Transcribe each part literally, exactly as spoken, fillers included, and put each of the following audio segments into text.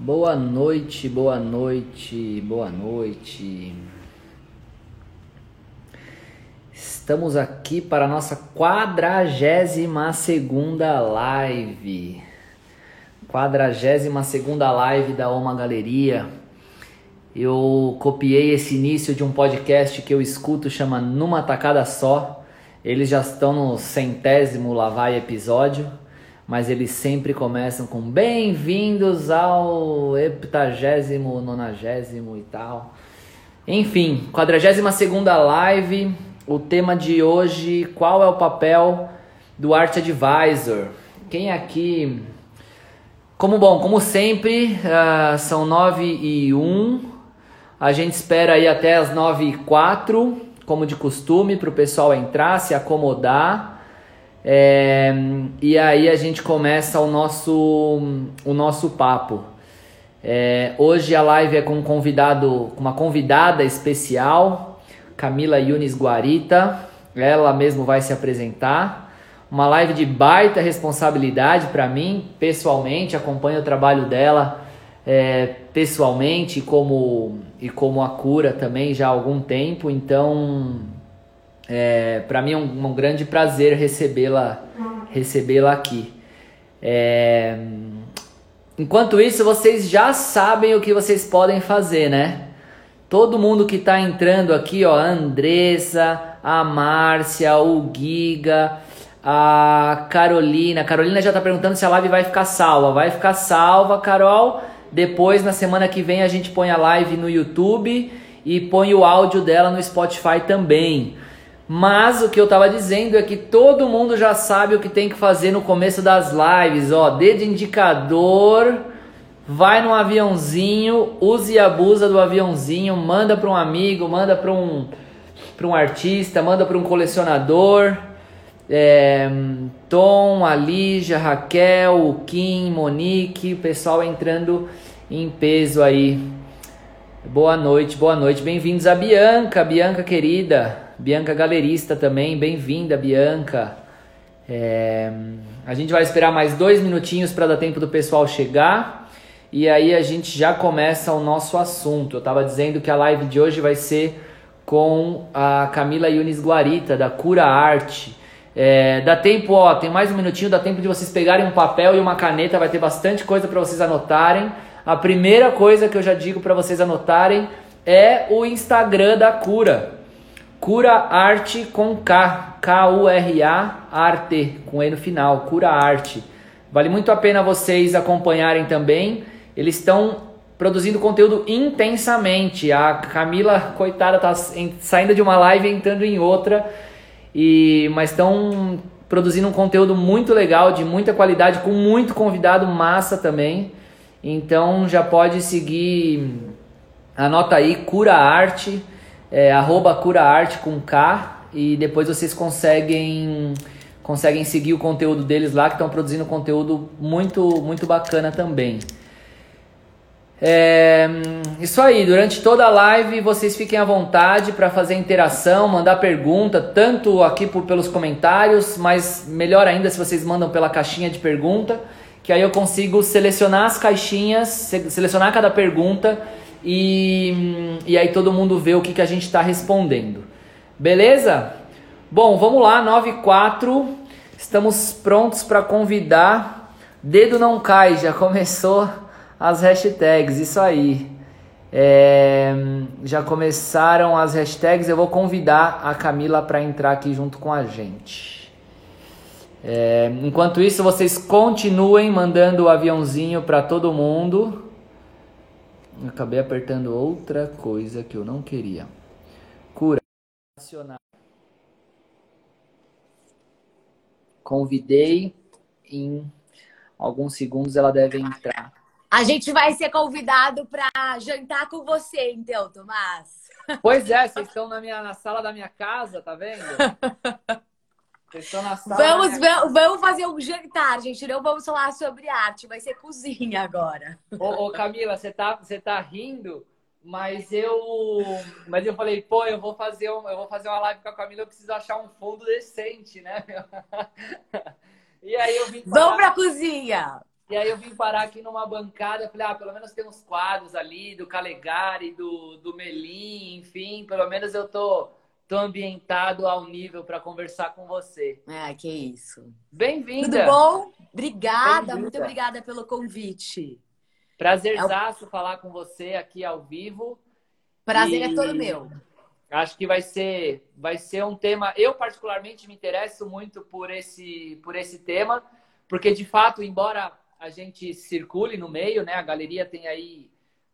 Boa noite, boa noite, boa noite. Estamos aqui para a nossa quadragésima segunda live. Quadragésima segunda live da Oma Galeria. Eu copiei esse início de um podcast que eu escuto, chama Numa Tacada Só. Eles já estão no centésimo lá vai episódio, mas eles sempre começam com bem-vindos ao heptagésimo, nonagésimo e tal. Enfim, quadragésima segunda live. O tema de hoje, qual é o papel do Art Advisor? Quem aqui... Como bom, como sempre, uh, são nove e um. A gente espera aí até as nove e quatro, como de costume, para o pessoal entrar, se acomodar. É, e aí a gente começa o nosso, o nosso papo. É, hoje a live é com um convidado, uma convidada especial, Camila Yunis Guarita. Ela mesmo vai se apresentar. Uma live de baita responsabilidade para mim, pessoalmente. Acompanho o trabalho dela é, pessoalmente como, e como a cura também já há algum tempo. Então, é, para mim é um, um grande prazer recebê-la recebê-la aqui. É, enquanto isso, vocês já sabem o que vocês podem fazer, né? Todo mundo que está entrando aqui, ó, a Andressa, a Márcia, o Giga, a Carolina. A Carolina já está perguntando se a live vai ficar salva. Vai ficar salva, Carol. Depois, na semana que vem, a gente põe a live no YouTube e põe o áudio dela no Spotify também. Mas o que eu estava dizendo é que todo mundo já sabe o que tem que fazer no começo das lives. Ó, dedo indicador... Vai num aviãozinho, use e abusa do aviãozinho, manda para um amigo, manda para um, para um artista, manda para um colecionador. É, Tom, a Lígia, Raquel, o Kim, Monique, o pessoal entrando em peso aí. Boa noite, boa noite. Bem-vindos a Bianca, Bianca querida, Bianca galerista também, bem-vinda, Bianca. É, a gente vai esperar mais dois minutinhos para dar tempo do pessoal chegar. E aí a gente já começa o nosso assunto. Eu estava dizendo que a live de hoje vai ser com a Camila Yunis Guarita, da Cura Arte. É, dá tempo, ó, tem mais um minutinho, dá tempo de vocês pegarem um papel e uma caneta, vai ter bastante coisa para vocês anotarem. A primeira coisa que eu já digo para vocês anotarem é o Instagram da Cura. Cura Arte com K, K U R A, Arte, com E no final, Cura Arte. Vale muito a pena vocês acompanharem também. Eles estão produzindo conteúdo intensamente. A Camila, coitada, tá saindo de uma live e entrando em outra. E, mas estão produzindo um conteúdo muito legal, de muita qualidade, com muito convidado massa também. Então já pode seguir, anota aí, Cura Arte, é, arroba Cura Arte com K. E depois vocês conseguem, conseguem seguir o conteúdo deles lá, que estão produzindo conteúdo muito, muito bacana também. É, isso aí, durante toda a live vocês fiquem à vontade para fazer interação, mandar pergunta, tanto aqui por, pelos comentários, mas melhor ainda se vocês mandam pela caixinha de pergunta, que aí eu consigo selecionar as caixinhas, selecionar cada pergunta e, e aí todo mundo vê o que, que a gente está respondendo. Beleza? Bom, vamos lá, nove e quatro, estamos prontos para convidar. Dedo não cai, já começou... As hashtags, isso aí. É, já começaram as hashtags. Eu vou convidar a Camila para entrar aqui junto com a gente. É, enquanto isso, vocês continuem mandando o aviãozinho para todo mundo. Eu acabei apertando outra coisa que eu não queria. Cura. Convidei. Em alguns segundos ela deve entrar. A gente vai ser convidado para jantar com você, então, Tomás. Pois é, vocês estão na, minha, na sala da minha casa, tá vendo? Vocês estão na sala vamos, da minha... vamos, vamos fazer um jantar, gente. Não vamos falar sobre arte, vai ser cozinha agora. Ô, ô Camila, você tá, você tá rindo, mas eu, mas eu falei, pô, eu vou fazer, um, eu vou fazer uma live com a Camila, eu preciso achar um fundo decente, né? E aí eu vim Vamos pra cozinha! E aí eu vim parar aqui numa bancada, falei, ah, pelo menos tem uns quadros ali do Calegari, do, do Melim, enfim, pelo menos eu tô, tô ambientado ao nível para conversar com você. Ah, que isso. Tudo Bem-vinda! bom? Obrigada, muito Bem-vinda! obrigada pelo convite. É um Prazerzaço falar com você aqui ao vivo. prazer é todo E meu. acho que vai ser, vai ser um tema. Eu, particularmente, me interesso muito por esse, por esse tema, porque, de fato, embora a gente circule no meio, né? A galeria tem aí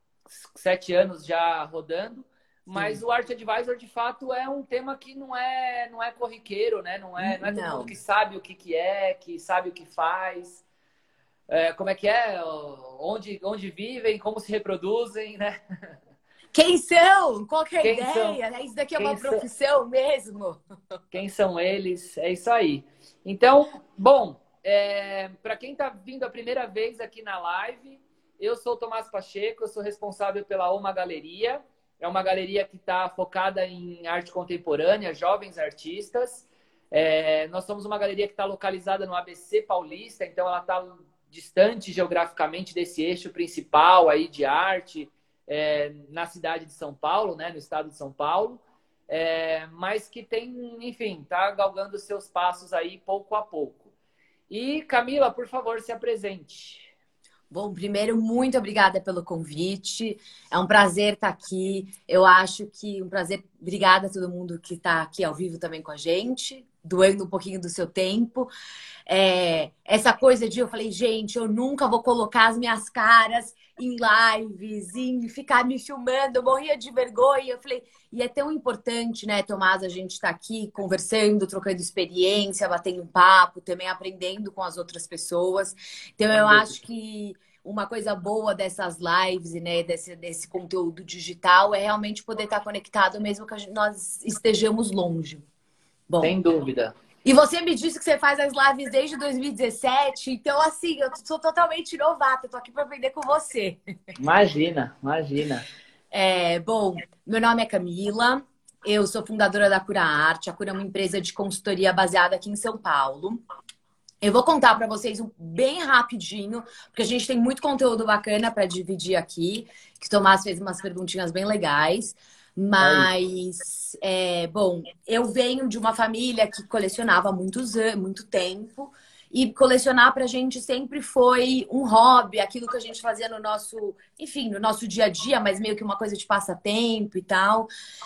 sete anos já rodando, mas Sim. o Art Advisor, de fato, é um tema que não é, não é corriqueiro, né? Não é, não é todo mundo Não. que sabe o que, que é, que sabe o que faz. É, como é que é? Onde, onde vivem, como se reproduzem, né? Quem são? Qual que é a Quem são, ideia? Isso daqui é quem uma são, profissão mesmo? quem são eles? É isso aí. Então, bom, é, para quem está vindo a primeira vez aqui na live, eu sou o Tomás Pacheco, eu sou responsável pela Oma Galeria. É uma galeria que está focada em arte contemporânea, jovens artistas. É, nós somos uma galeria que está localizada no A B C Paulista, então ela está distante geograficamente desse eixo principal aí de arte, é, na cidade de São Paulo, né, no estado de São Paulo. É, mas que tem, enfim, tá galgando seus passos aí pouco a pouco. E Camila, por favor, se apresente. Bom, primeiro, muito obrigada pelo convite. É um prazer estar aqui. Eu acho que um prazer. Obrigada a todo mundo que está aqui ao vivo também com a gente, doando um pouquinho do seu tempo. É, essa coisa de eu falei, gente, eu nunca vou colocar as minhas caras em lives, em ficar me filmando. Eu morria de vergonha. Eu falei, e é tão importante, né, Tomás, a gente estar aqui conversando, trocando experiência, batendo um papo, também aprendendo com as outras pessoas. Então, eu Sem acho dúvida. que uma coisa boa dessas lives, né, desse, desse conteúdo digital é realmente poder estar conectado, mesmo que a gente- nós estejamos longe. Bom, Sem dúvida. e você me disse que você faz as lives desde dois mil e dezessete, então assim, eu sou totalmente novata, eu tô aqui para aprender com você. Imagina, imagina. É, bom, meu nome é Camila, eu sou fundadora da Cura Arte. A Cura é uma empresa de consultoria baseada aqui em São Paulo. Eu vou contar para vocês um- bem rapidinho, porque a gente tem muito conteúdo bacana para dividir aqui, que o Tomás fez umas perguntinhas bem legais. É isso. Mas, é, bom, eu venho de uma família que colecionava há muitos anos, muito tempo, e colecionar pra gente sempre foi um hobby, aquilo que a gente fazia no nosso, enfim, no nosso dia a dia, mas meio que uma coisa de passatempo e tal.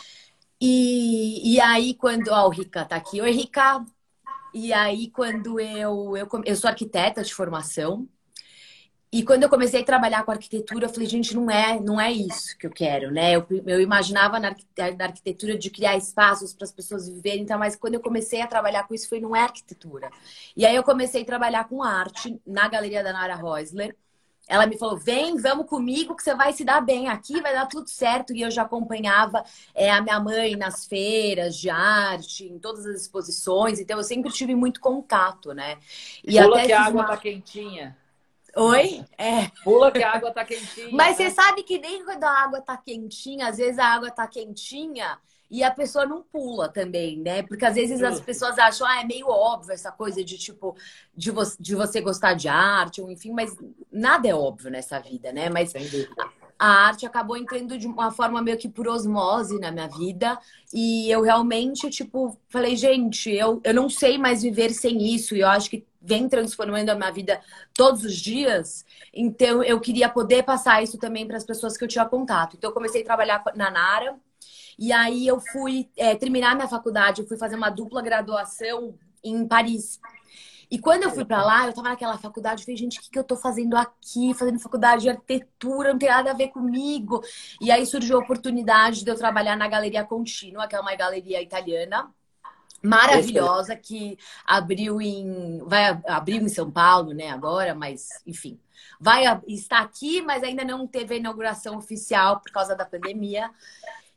E, e aí, quando. Ó, o Rica tá aqui. Oi, Rica. E aí, quando eu, eu, come- eu sou arquiteta de formação, e quando eu comecei a trabalhar com arquitetura, eu falei, gente, não é, não é isso que eu quero, né? Eu, eu imaginava na, arquite- na arquitetura de criar espaços para as pessoas viverem, então, mas quando eu comecei a trabalhar com isso, foi, não é arquitetura. E aí eu comecei a trabalhar com arte na galeria da Nara Reusler. Ela me falou, vem, vamos comigo que você vai se dar bem aqui, vai dar tudo certo. E eu já acompanhava é, a minha mãe nas feiras de arte, em todas as exposições. Então, eu sempre tive muito contato, né? E Pula até que a fiz água tá uma... quentinha. Oi? É. Pula que a água tá quentinha, Mas você né? sabe que nem quando a água tá quentinha, às vezes a água tá quentinha e a pessoa não pula também, né? Porque às vezes as Justo. pessoas acham, ah, é meio óbvio essa coisa de tipo, de, vo de você gostar de arte, ou enfim, mas nada é óbvio nessa vida, né? Mas Sem dúvida. a arte acabou entrando de uma forma meio que por osmose na minha vida. E eu realmente, tipo, falei, gente, eu, eu não sei mais viver sem isso. E eu acho que vem transformando a minha vida todos os dias. Então, eu queria poder passar isso também para as pessoas que eu tinha contato. Então, eu comecei a trabalhar na Nara. E aí, eu fui é, terminar minha faculdade. Eu fui fazer uma dupla graduação em Paris. E quando eu fui pra lá, eu tava naquela faculdade, eu falei, gente, o que, que eu tô fazendo aqui? Fazendo faculdade de arquitetura, não tem nada a ver comigo. E aí surgiu a oportunidade de eu trabalhar na Galeria Contínua, que é uma galeria italiana Excelente. maravilhosa, que abriu em... vai abriu em São Paulo, né, agora, mas enfim. Vai estar aqui, mas ainda não teve a inauguração oficial por causa da pandemia.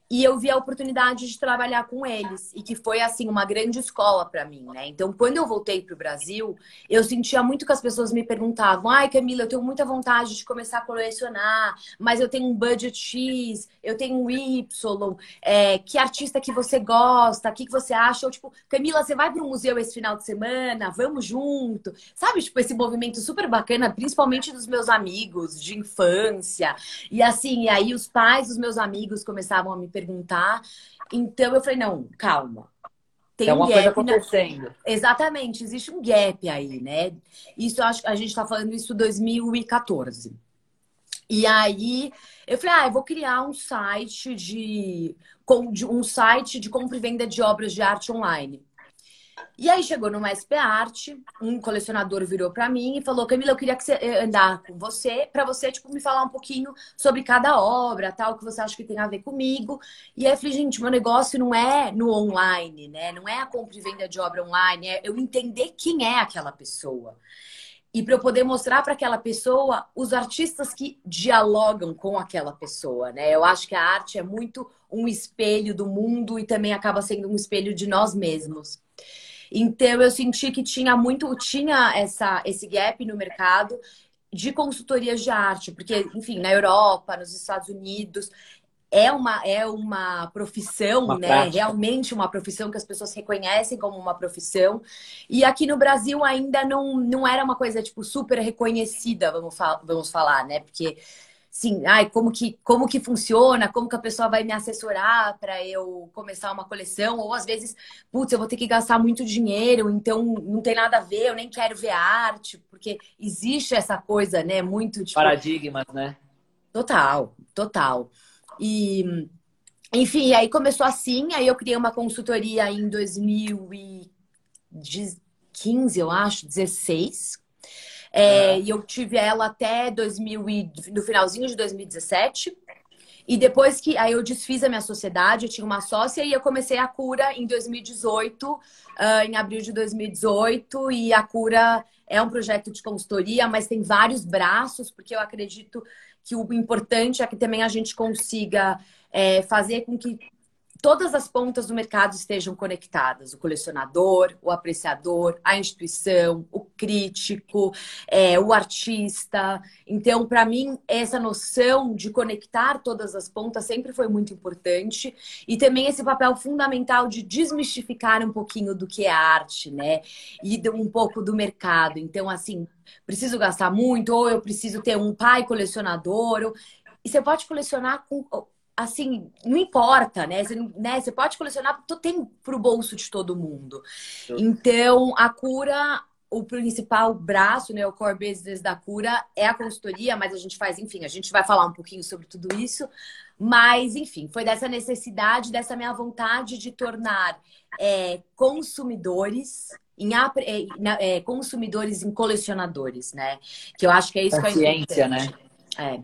E eu vi a oportunidade de trabalhar com eles. E que foi, assim, uma grande escola para mim, né? Então, quando eu voltei para o Brasil, eu sentia muito que as pessoas me perguntavam: ai, Camila, eu tenho muita vontade de começar a colecionar, mas eu tenho um budget X, eu tenho um Y. É, que artista que você gosta? O que, que você acha? Eu, tipo, Camila, você vai para o museu esse final de semana? Vamos junto. Sabe, tipo, esse movimento super bacana, principalmente dos meus amigos de infância. E assim, e aí os pais dos meus amigos começavam a me perguntar. Então eu falei, não, calma. Tem Tem um alguma coisa gap na... acontecendo. Exatamente, existe um gap aí, né? Isso eu acho que a gente tá falando isso em dois mil e quatorze. E aí eu falei, ah, eu vou criar um site de, com- de um site de compra e venda de obras de arte online. E aí chegou no S P Arte, um colecionador virou pra mim e falou: Camila, eu queria que você eh, andar com você, pra você tipo me falar um pouquinho sobre cada obra, tal, que você acha que tem a ver comigo. E aí eu falei: gente, meu negócio não é no online, né? Não é a compra e venda de obra online, é eu entender quem é aquela pessoa. E para eu poder mostrar para aquela pessoa os artistas que dialogam com aquela pessoa, né? Eu acho que a arte é muito um espelho do mundo e também acaba sendo um espelho de nós mesmos. Então eu senti que tinha muito, tinha essa, esse gap no mercado de consultorias de arte, porque, enfim, na Europa, nos Estados Unidos, é uma, é uma profissão, Uma né? prática. Realmente uma profissão que as pessoas reconhecem como uma profissão. E aqui no Brasil ainda não, não era uma coisa, tipo, super reconhecida, vamos, fa vamos falar, né? Porque sim, ai, como que, como que funciona, como que a pessoa vai me assessorar para eu começar uma coleção, ou às vezes, putz, eu vou ter que gastar muito dinheiro, então não tem nada a ver, eu nem quero ver a arte, porque existe essa coisa, né, muito tipo, Paradigmas, né? total, total. E, enfim, aí começou assim, aí eu criei uma consultoria em dois mil e quinze, eu acho, dezesseis. É, Aham. e eu tive ela até dois mil e, no finalzinho de dois mil e dezessete. E depois que aí eu desfiz a minha sociedade, eu tinha uma sócia e eu comecei a Cura em dois mil e dezoito, ah, em abril de dois mil e dezoito. E a Cura é um projeto de consultoria, mas tem vários braços, porque eu acredito que o importante é que também a gente consiga é, fazer com que todas as pontas do mercado estejam conectadas. O colecionador, o apreciador, a instituição, o crítico, é, o artista. Então, para mim, essa noção de conectar todas as pontas sempre foi muito importante. E também esse papel fundamental de desmistificar um pouquinho do que é arte, né? E de- um pouco do mercado. Então, assim, preciso gastar muito, ou eu preciso ter um pai colecionador. Ou... E você pode colecionar com assim, não importa, né? Você, não- né? Você pode colecionar, tu tem pro bolso de todo mundo. Então, a Cura, o principal braço, né, o core business da Cura é a consultoria, mas a gente faz, enfim, a gente vai falar um pouquinho sobre tudo isso. Mas, enfim, foi dessa necessidade, dessa minha vontade de tornar é, consumidores em apre- é, na- é, consumidores em colecionadores, né? Que eu acho que é isso que é Consciência, né? importante. É,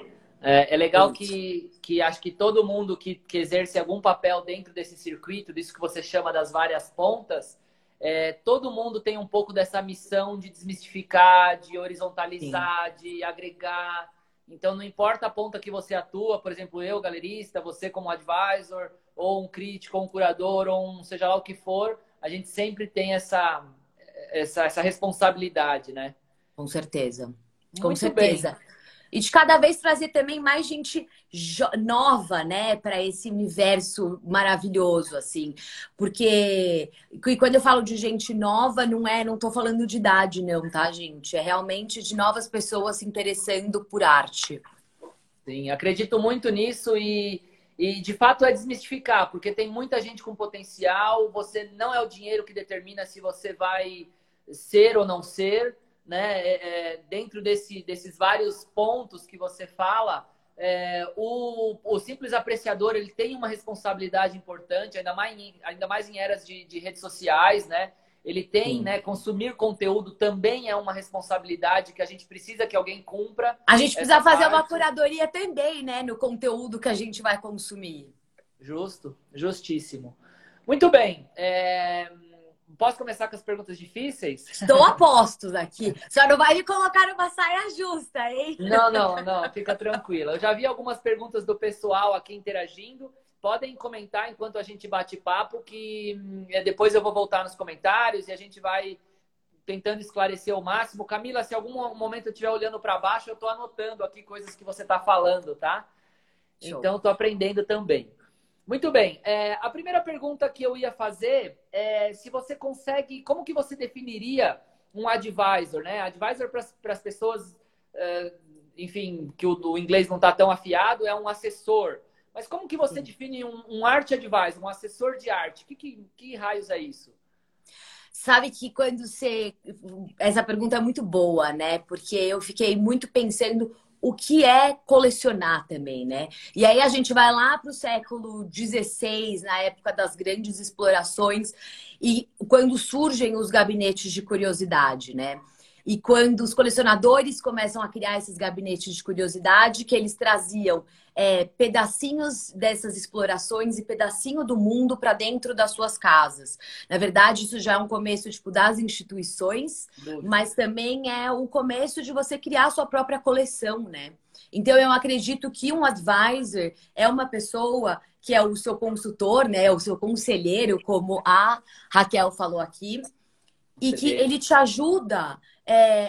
É, é é legal isso. que, que acho que todo mundo que, que exerce algum papel dentro desse circuito, disso que você chama das várias pontas, é, todo mundo tem um pouco dessa missão de desmistificar, de Sim. horizontalizar, de agregar. Então, não importa a ponta que você atua, por exemplo, eu, galerista, você como advisor, ou um crítico, ou um curador, ou um seja lá o que for, a gente sempre tem essa, essa, essa responsabilidade, né? Com certeza. Com Muito bem. certeza. E de cada vez trazer também mais gente jo- nova, né, para esse universo maravilhoso, assim. Porque e quando eu falo de gente nova, não é, não tô falando de idade, não, tá, gente? É realmente de novas pessoas se interessando por arte. Sim, acredito muito nisso e, e de fato é desmistificar, porque tem muita gente com potencial, você não é o dinheiro que determina se você vai ser ou não ser, né? É, é, dentro desse, desses vários pontos que você fala, é, o, o simples apreciador ele tem uma responsabilidade importante, ainda mais em, ainda mais em eras de, de redes sociais, né? Ele tem, Sim. né? Consumir conteúdo também é uma responsabilidade que a gente precisa que alguém cumpra A gente essa precisa fazer uma parte. curadoria também, né, no conteúdo que a gente vai consumir. Justo, justíssimo. Muito bem. é, Posso começar com as perguntas difíceis? Estou a postos aqui. Só não vai me colocar numa saia justa, hein? Não, não, não, fica tranquila. Eu já vi algumas perguntas do pessoal aqui interagindo. podem comentar enquanto a gente bate papo, que hum, é, depois eu vou voltar nos comentários e a gente vai tentando esclarecer o máximo. Camila, se algum momento eu estiver olhando para baixo, eu estou anotando aqui coisas que você está falando, tá? Show. Então, estou aprendendo também. Muito bem. É, a primeira pergunta que eu ia fazer é se você consegue... Como que você definiria um advisor, né? Advisor para as pessoas, é, enfim, que o, o inglês não está tão afiado, é um assessor. Mas como que você Sim. define um, um art advisor, um assessor de arte? Que, que, que raios é isso? Sabe que quando você... Essa pergunta é muito boa, né? Porque eu fiquei muito pensando o que é colecionar também, né? E aí a gente vai lá para o século dezesseis, na época das grandes explorações, e quando surgem os gabinetes de curiosidade, né? E quando os colecionadores começam a criar esses gabinetes de curiosidade, que eles traziam é, pedacinhos dessas explorações e pedacinho do mundo para dentro das suas casas. Na verdade, isso já é um começo tipo, das instituições, mas também é o começo de você criar a sua própria coleção, né? Então, eu acredito que um advisor é uma pessoa que é o seu consultor, né? O seu conselheiro, como a Raquel falou aqui, e que ele te ajuda é,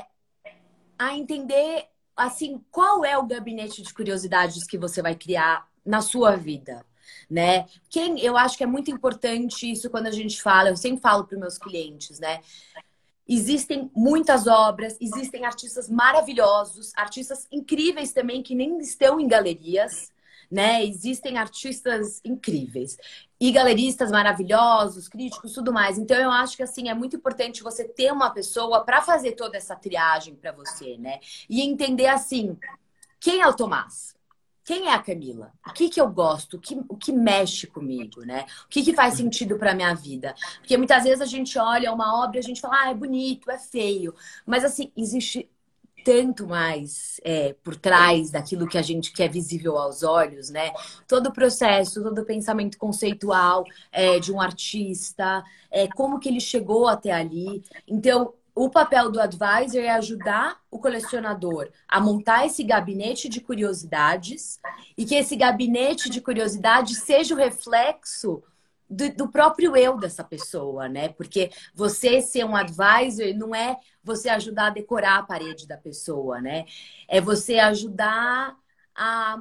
a entender assim qual é o gabinete de curiosidades que você vai criar na sua vida, né? Quem eu acho que é muito importante isso quando a gente fala, eu sempre falo para os meus clientes, né? Existem muitas obras, existem artistas maravilhosos, artistas incríveis também que nem estão em galerias, né? Existem artistas incríveis e galeristas maravilhosos, críticos, tudo mais. Então eu acho que assim é muito importante você ter uma pessoa para fazer toda essa triagem para você, né? E entender assim, quem é o Tomás? Quem é a Camila? O que que eu gosto? O que, o que mexe comigo, né? O que que faz sentido para minha vida? Porque muitas vezes a gente olha uma obra e a gente fala, ah, é bonito, é feio. Mas assim, existe tanto mais é, por trás daquilo que a gente quer visível aos olhos, né? Todo o processo, todo o pensamento conceitual é, de um artista, é, como que ele chegou até ali. Então, o papel do advisor é ajudar o colecionador a montar esse gabinete de curiosidades e que esse gabinete de curiosidades seja o reflexo do, do próprio eu dessa pessoa, né? Porque você ser um advisor não é você ajudar a decorar a parede da pessoa, né? É você ajudar a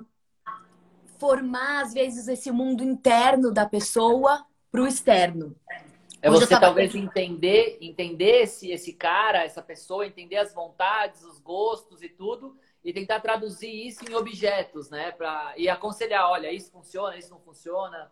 formar, às vezes, esse mundo interno da pessoa para o externo. É você tava... talvez entender, entender esse, esse cara, essa pessoa, entender as vontades, os gostos e tudo, e tentar traduzir isso em objetos, né? Pra... E aconselhar, olha, isso funciona, isso não funciona.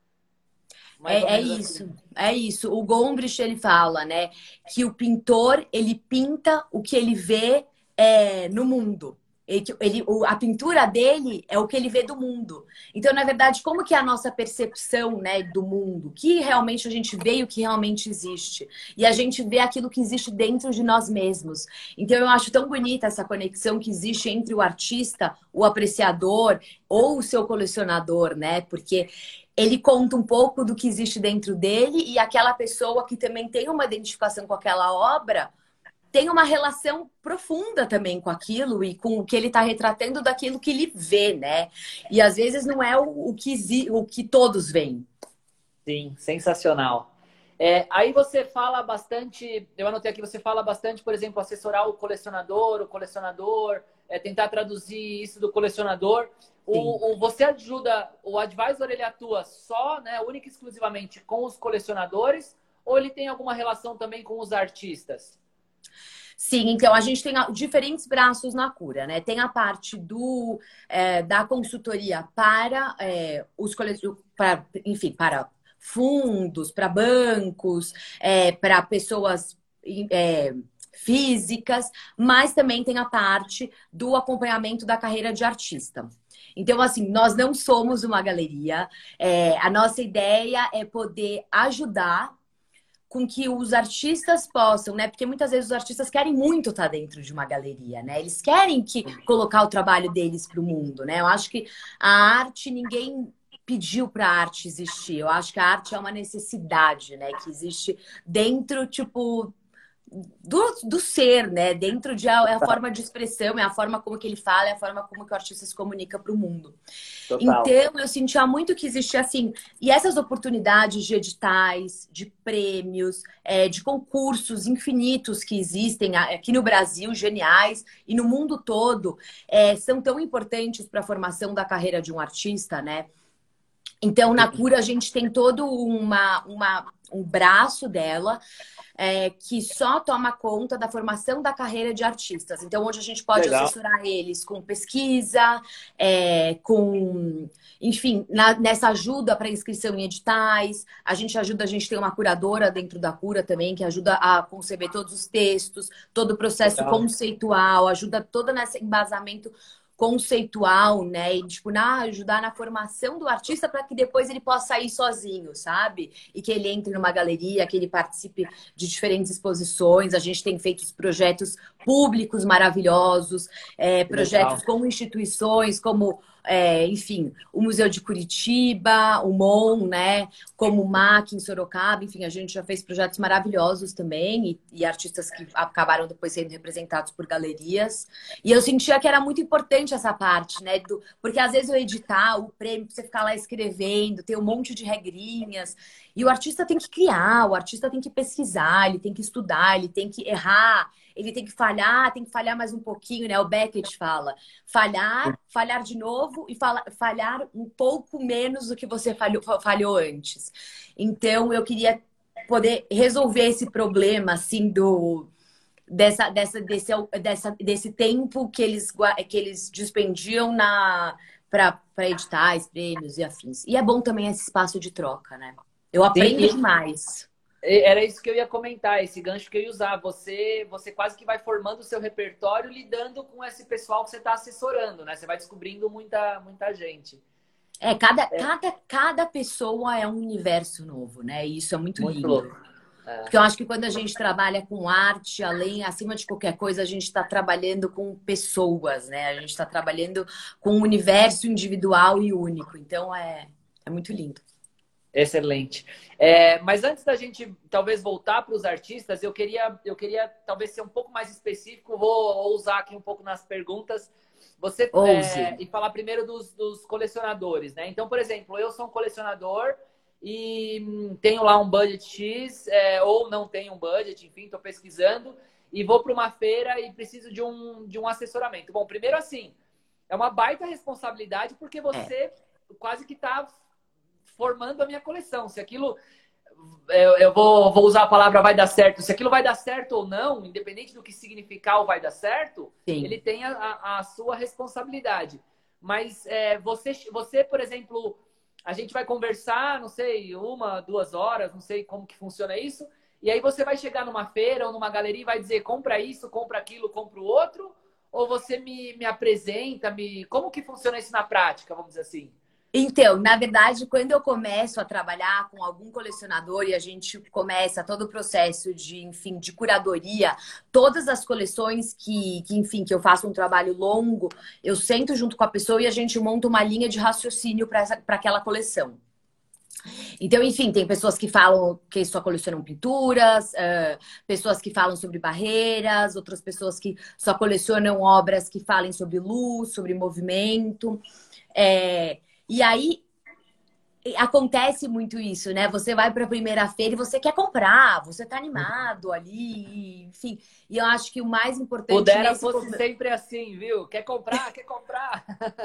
Mais é, é isso, assim. é isso. O Gombrich, ele fala, né, que o pintor, ele pinta o que ele vê é, no mundo. Ele, ele, a pintura dele é o que ele vê do mundo. Então, na verdade, como que é a nossa percepção, né, do mundo? O que realmente a gente vê e o que realmente existe? E a gente vê aquilo que existe dentro de nós mesmos. Então, eu acho tão bonita essa conexão que existe entre o artista, o apreciador ou o seu colecionador, né? Porque ele conta um pouco do que existe dentro dele e aquela pessoa que também tem uma identificação com aquela obra tem uma relação profunda também com aquilo e com o que ele está retratando daquilo que ele vê, né? E às vezes não é o, o, que, o que todos veem. Sim, sensacional. É, aí você fala bastante, eu anotei aqui, você fala bastante, por exemplo, assessorar o colecionador, o colecionador, é, tentar traduzir isso do colecionador. O, o, você ajuda, o advisor ele atua só, né, única e exclusivamente com os colecionadores ou ele tem alguma relação também com os artistas? Sim, então a gente tem diferentes braços na cura, né? Tem a parte do, é, da consultoria para é, os colecionadores, enfim, para fundos, para bancos, é, para pessoas é, físicas, mas também tem a parte do acompanhamento da carreira de artista. Então, assim, nós não somos uma galeria. É, a nossa ideia é poder ajudar com que os artistas possam, né? Porque muitas vezes os artistas querem muito estar dentro de uma galeria, né? Eles querem que colocar o trabalho deles para o mundo, né? Eu acho que a arte, ninguém pediu para a arte existir. Eu acho que a arte é uma necessidade, né? Que existe dentro, tipo, do, do ser, né? Dentro de a, é a forma de expressão, é a forma como que ele fala, é a forma como que o artista se comunica para o mundo. Total. Então, eu sentia muito que existia assim. E essas oportunidades de editais, de prêmios, é, de concursos infinitos que existem aqui no Brasil, geniais, e no mundo todo, é, são tão importantes para a formação da carreira de um artista, né? Então, na Sim, cura, a gente tem todo uma, uma, um braço dela é, que só toma conta da formação da carreira de artistas. Então, onde a gente pode legal. assessorar eles com pesquisa, é, com, enfim, na- nessa ajuda para inscrição em editais. A gente ajuda, a gente tem uma curadora dentro da cura também, que ajuda a conceber todos os textos, todo o processo Legal. conceitual, ajuda todo nesse embasamento conceitual, né? E tipo, na, ajudar na formação do artista para que depois ele possa sair sozinho, sabe? E que ele entre numa galeria, que ele participe de diferentes exposições. A gente tem feito os projetos públicos maravilhosos, é, Que legal. projetos com instituições como, é, enfim, o Museu de Curitiba, o MON, né? Como o MAC em Sorocaba. Enfim, a gente já fez projetos maravilhosos também e, e artistas que acabaram depois sendo representados por galerias. E eu sentia que era muito importante essa parte, né? Do, porque às vezes o editar, o prêmio, pra você ficar lá escrevendo, tem um monte de regrinhas. E o artista tem que criar, o artista tem que pesquisar, ele tem que estudar, ele tem que errar, ele tem que falhar, tem que falhar mais um pouquinho, né? O Beckett fala. Falhar, falhar de novo e fala, falhar um pouco menos do que você falhou, falhou antes. Então, eu queria poder resolver esse problema, assim, do dessa, dessa, desse, dessa, desse tempo que eles, que eles dispendiam na para editais, prêmios e afins. E é bom também esse espaço de troca, né? Eu Sim, aprendo e demais. era isso que eu ia comentar, esse gancho que eu ia usar. Você, você quase que vai formando o seu repertório lidando com esse pessoal que você está assessorando, né? Você vai descobrindo muita, muita gente. É, cada, É cada, cada pessoa é um universo novo, né? E isso é muito muito lindo. louco. É, Porque eu acho que quando a gente trabalha com arte, além, acima de qualquer coisa, a gente está trabalhando com pessoas, né? A gente está trabalhando com um universo individual e único. Então é, é muito lindo. excelente. É, mas antes da gente talvez voltar para os artistas, eu queria, eu queria talvez ser um pouco mais específico, vou ousar aqui um pouco nas perguntas. Você Ouse. é, e falar primeiro dos, dos colecionadores, né? Então, por exemplo, eu sou um colecionador e hum, tenho lá um budget X, é, ou não tenho um budget, enfim, estou pesquisando, e vou para uma feira e preciso de um, de um assessoramento. Bom, primeiro assim, é uma baita responsabilidade porque É. você quase que está formando a minha coleção. Se aquilo, eu, eu vou, vou usar a palavra vai dar certo, se aquilo vai dar certo ou não, independente do que significar o vai dar certo, ele Sim. tem a, a, a sua responsabilidade. Mas é, você, você, por exemplo, a gente vai conversar, não sei, uma, duas horas, não sei como que funciona isso, e aí você vai chegar numa feira ou numa galeria e vai dizer compra isso, compra aquilo, compra o outro, ou você me, me apresenta, me... como que funciona isso na prática, vamos dizer assim? Então, na verdade, quando eu começo a trabalhar com algum colecionador e a gente começa todo o processo de, enfim, de curadoria, todas as coleções que, que, enfim, que eu faço um trabalho longo, eu sento junto com a pessoa e a gente monta uma linha de raciocínio para aquela coleção. Então, enfim, tem pessoas que falam que só colecionam pinturas, uh, pessoas que falam sobre barreiras, outras pessoas que só colecionam obras que falem sobre luz, sobre movimento. É, e aí acontece muito isso, né? Você vai para a primeira feira e você quer comprar, você tá animado ali, enfim. E eu acho que o mais importante Pudera nesse fosse sempre assim, viu? Quer comprar, quer comprar.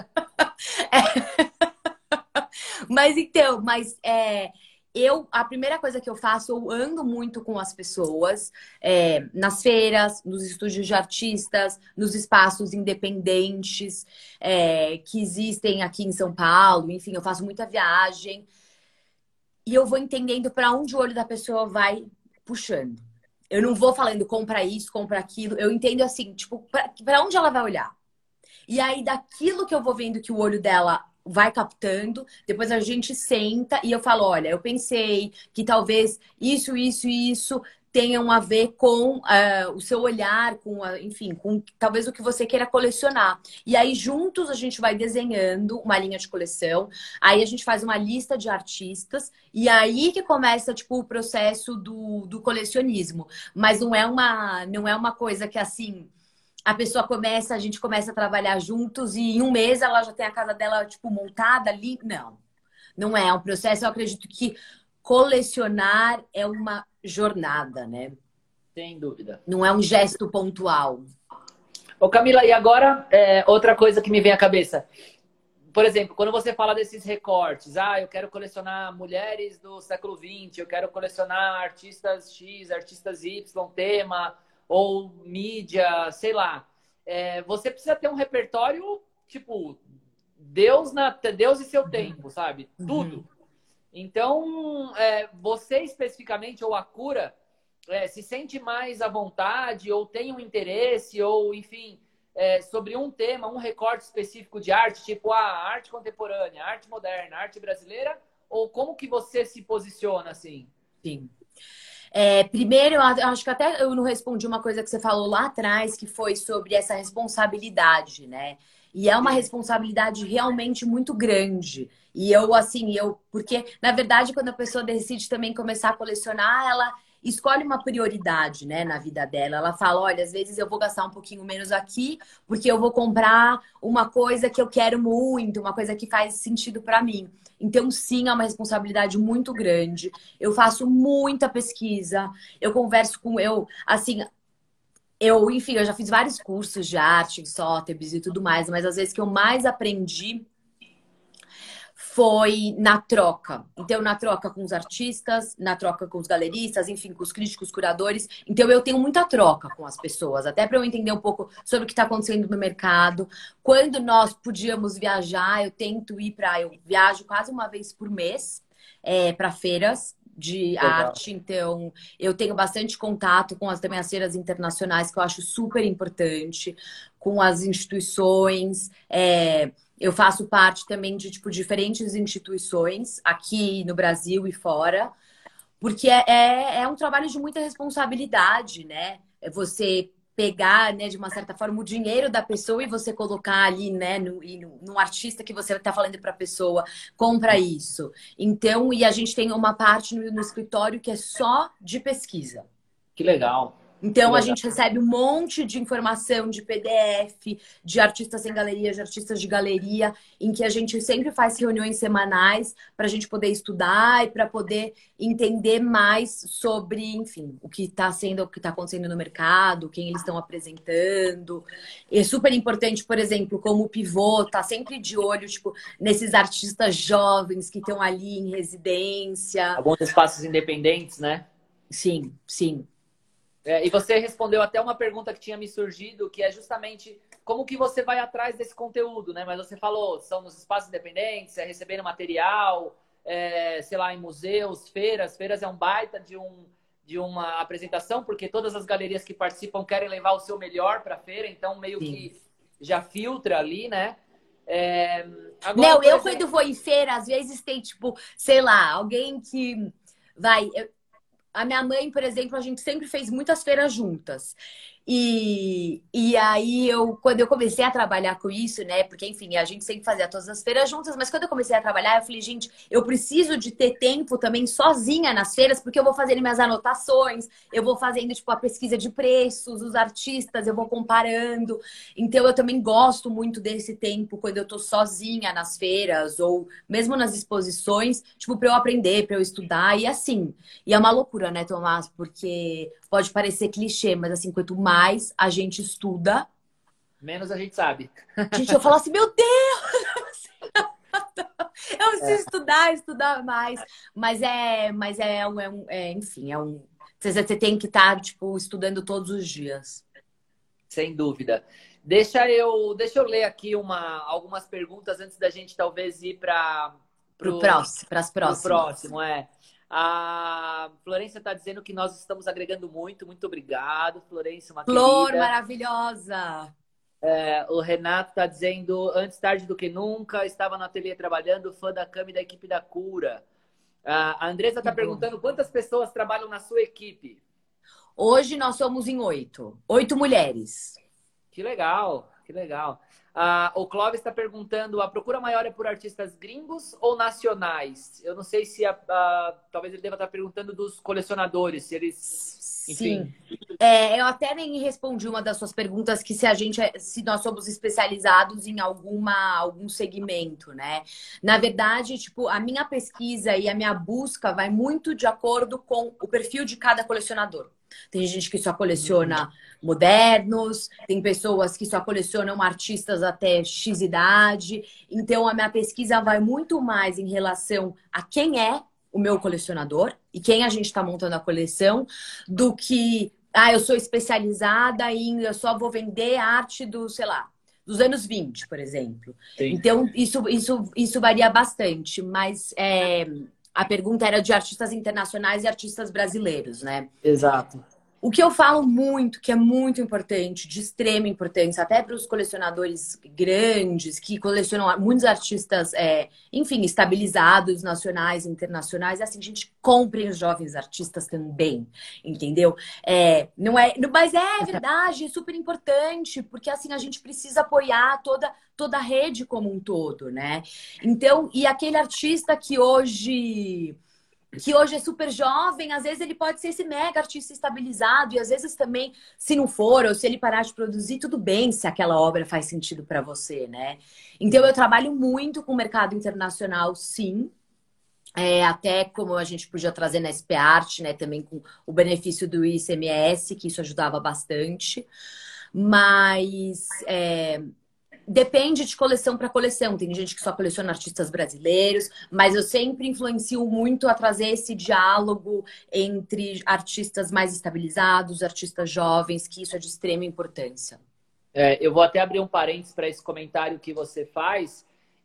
Mas então, mas é, eu a primeira coisa que eu faço, eu ando muito com as pessoas é, nas feiras, nos estúdios de artistas, nos espaços independentes é, que existem aqui em São Paulo. Enfim, eu faço muita viagem e eu vou entendendo para onde o olho da pessoa vai puxando. Eu não vou falando compra isso, compra aquilo. Eu entendo assim, tipo, para onde ela vai olhar. E aí, daquilo que eu vou vendo que o olho dela vai captando, depois a gente senta e eu falo, olha, eu pensei que talvez isso, isso e isso tenham a ver com uh, o seu olhar, com, a, enfim, com talvez o que você queira colecionar. E aí, juntos, a gente vai desenhando uma linha de coleção, aí a gente faz uma lista de artistas, e aí que começa, tipo, o processo do, do colecionismo. Mas não é uma, não é uma coisa que, assim, a pessoa começa, a gente começa a trabalhar juntos, e em um mês ela já tem a casa dela, tipo, montada ali. Não, não é um processo. Eu acredito que colecionar é uma jornada, né? Sem dúvida. Não é um gesto pontual. Ô Camila, e agora é, outra coisa que me vem à cabeça. Por exemplo, quando você fala desses recortes, ah, eu quero colecionar mulheres do século vinte, eu quero colecionar artistas X, artistas Y, tema, ou mídia, sei lá. É, você precisa ter um repertório, tipo, Deus, na, Deus e seu tempo, sabe? Uhum. Tudo. Então, é, você especificamente, ou a cura, é, se sente mais à vontade, ou tem um interesse, ou enfim, é, sobre um tema, um recorte específico de arte, tipo a ah, arte contemporânea, arte moderna, arte brasileira, ou como que você se posiciona assim? Sim. É, primeiro, eu acho que até eu não respondi uma coisa que você falou lá atrás, que foi sobre essa responsabilidade, né? E é uma Sim. responsabilidade realmente muito grande. E eu, assim, eu. Porque, na verdade, quando a pessoa decide também começar a colecionar, ela escolhe uma prioridade, né, na vida dela. Ela fala: olha, às vezes eu vou gastar um pouquinho menos aqui, porque eu vou comprar uma coisa que eu quero muito, uma coisa que faz sentido para mim. Então, sim, é uma responsabilidade muito grande. Eu faço muita pesquisa, eu converso com eu, assim, eu, enfim, eu já fiz vários cursos de arte em Sotheby's e tudo mais, mas às vezes que eu mais aprendi foi na troca. Então, na troca com os artistas, na troca com os galeristas, enfim, com os críticos, curadores. Então, eu tenho muita troca com as pessoas, até para eu entender um pouco sobre o que está acontecendo no mercado. Quando nós podíamos viajar, eu tento ir para. Eu viajo quase uma vez por mês é, para feiras de Legal. arte, então eu tenho bastante contato com as também as feiras internacionais, que eu acho super importante, com as instituições. É, eu faço parte também de tipo, diferentes instituições aqui no Brasil e fora, porque é, é, é um trabalho de muita responsabilidade, né? É você pegar, né, de uma certa forma, o dinheiro da pessoa e você colocar ali, né, no, no, no artista que você está falando para a pessoa, compra isso. Então, e a gente tem uma parte no, no escritório que é só de pesquisa. Que legal. Então, Que a legal. gente recebe um monte de informação de P D F, de artistas em galeria, de artistas de galeria, em que a gente sempre faz reuniões semanais para a gente poder estudar e para poder entender mais sobre, enfim, o que está sendo, o que está acontecendo no mercado, quem eles estão apresentando. É super importante, por exemplo, como o Pivô tá sempre de olho, tipo, nesses artistas jovens que estão ali em residência. Alguns espaços independentes, né? Sim, sim. É, e você respondeu até uma pergunta que tinha me surgido, que é justamente como que você vai atrás desse conteúdo, né? Mas você falou, são nos espaços independentes, é recebendo material, é, sei lá, em museus, feiras. Feiras é um baita de, um, de uma apresentação, porque todas as galerias que participam querem levar o seu melhor para a feira, então meio Sim. que já filtra ali, né? É, agora, Não, eu exemplo... quando vou em feira, às vezes tem, tipo, sei lá, alguém que vai... Eu... A minha mãe, por exemplo, a gente sempre fez muitas feiras juntas. E, e aí, eu, quando eu comecei a trabalhar com isso, né? Porque, enfim, a gente sempre fazia todas as feiras juntas, mas quando eu comecei a trabalhar, eu falei, gente, eu preciso de ter tempo também sozinha nas feiras, porque eu vou fazendo minhas anotações, eu vou fazendo, tipo, a pesquisa de preços, os artistas, eu vou comparando. Então, eu também gosto muito desse tempo quando eu tô sozinha nas feiras, ou mesmo nas exposições, tipo, pra eu aprender, pra eu estudar, e assim. E é uma loucura, né, Tomás? Porque pode parecer clichê, mas assim, quanto mais a gente estuda, menos a gente sabe. gente, eu falo assim, meu Deus! Eu preciso É. estudar, estudar mais. Mas é, mas é, um, é, um, é enfim, é um. Você, você tem que estar, tipo, estudando todos os dias. Sem dúvida. Deixa eu, deixa eu ler aqui uma, algumas perguntas antes da gente talvez ir para Pro pro, próximo, para as pro próximas. próximo. É. A Florência está dizendo que nós estamos agregando muito. Muito obrigado, Florência, uma Flor querida. maravilhosa! É, o Renato está dizendo, antes tarde do que nunca, estava no ateliê trabalhando, fã da Cami e da equipe da Cura. A Andressa Que está bom. perguntando quantas pessoas trabalham na sua equipe. Hoje nós somos em oito. Oito mulheres. Que legal, que legal. Ah, o Clóvis está perguntando, a procura maior é por artistas gringos ou nacionais? Eu não sei se, a, a, talvez ele deva estar perguntando dos colecionadores, se eles, enfim... Sim. É, eu até nem respondi uma das suas perguntas, que se a gente, é- se nós somos especializados em alguma, algum segmento, né? Na verdade, tipo, a minha pesquisa e a minha busca vai muito de acordo com o perfil de cada colecionador. Tem gente que só coleciona modernos, tem pessoas que só colecionam artistas até X idade. Então, a minha pesquisa vai muito mais em relação a quem é o meu colecionador e quem a gente está montando a coleção, do que, ah, eu sou especializada em, eu só vou vender arte do, sei lá, dos anos vinte, por exemplo. Sim, Então, isso, isso, isso varia bastante, mas é, a pergunta era de artistas internacionais e artistas brasileiros, né? exato. O que eu falo muito, que é muito importante, de extrema importância, até para os colecionadores grandes, que colecionam muitos artistas, é, enfim, estabilizados, nacionais, internacionais, é assim, gente, comprem os jovens artistas também, entendeu? É, não é, mas é verdade, é super importante, porque assim a gente precisa apoiar toda, toda a rede como um todo, né? Então, e aquele artista que hoje que hoje é super jovem, às vezes ele pode ser esse mega artista estabilizado, e às vezes também, se não for, ou se ele parar de produzir, tudo bem se aquela obra faz sentido para você, né? Então eu trabalho muito com o mercado internacional, sim. É, até como a gente podia trazer na S P Art, né? Também com o benefício do I C M S, que isso ajudava bastante. Mas é, depende de coleção para coleção. Tem gente que só coleciona artistas brasileiros, mas eu sempre influencio muito a trazer esse diálogo entre artistas mais estabilizados, artistas jovens, que isso é de extrema importância. É, eu vou até abrir um parênteses para esse comentário que você faz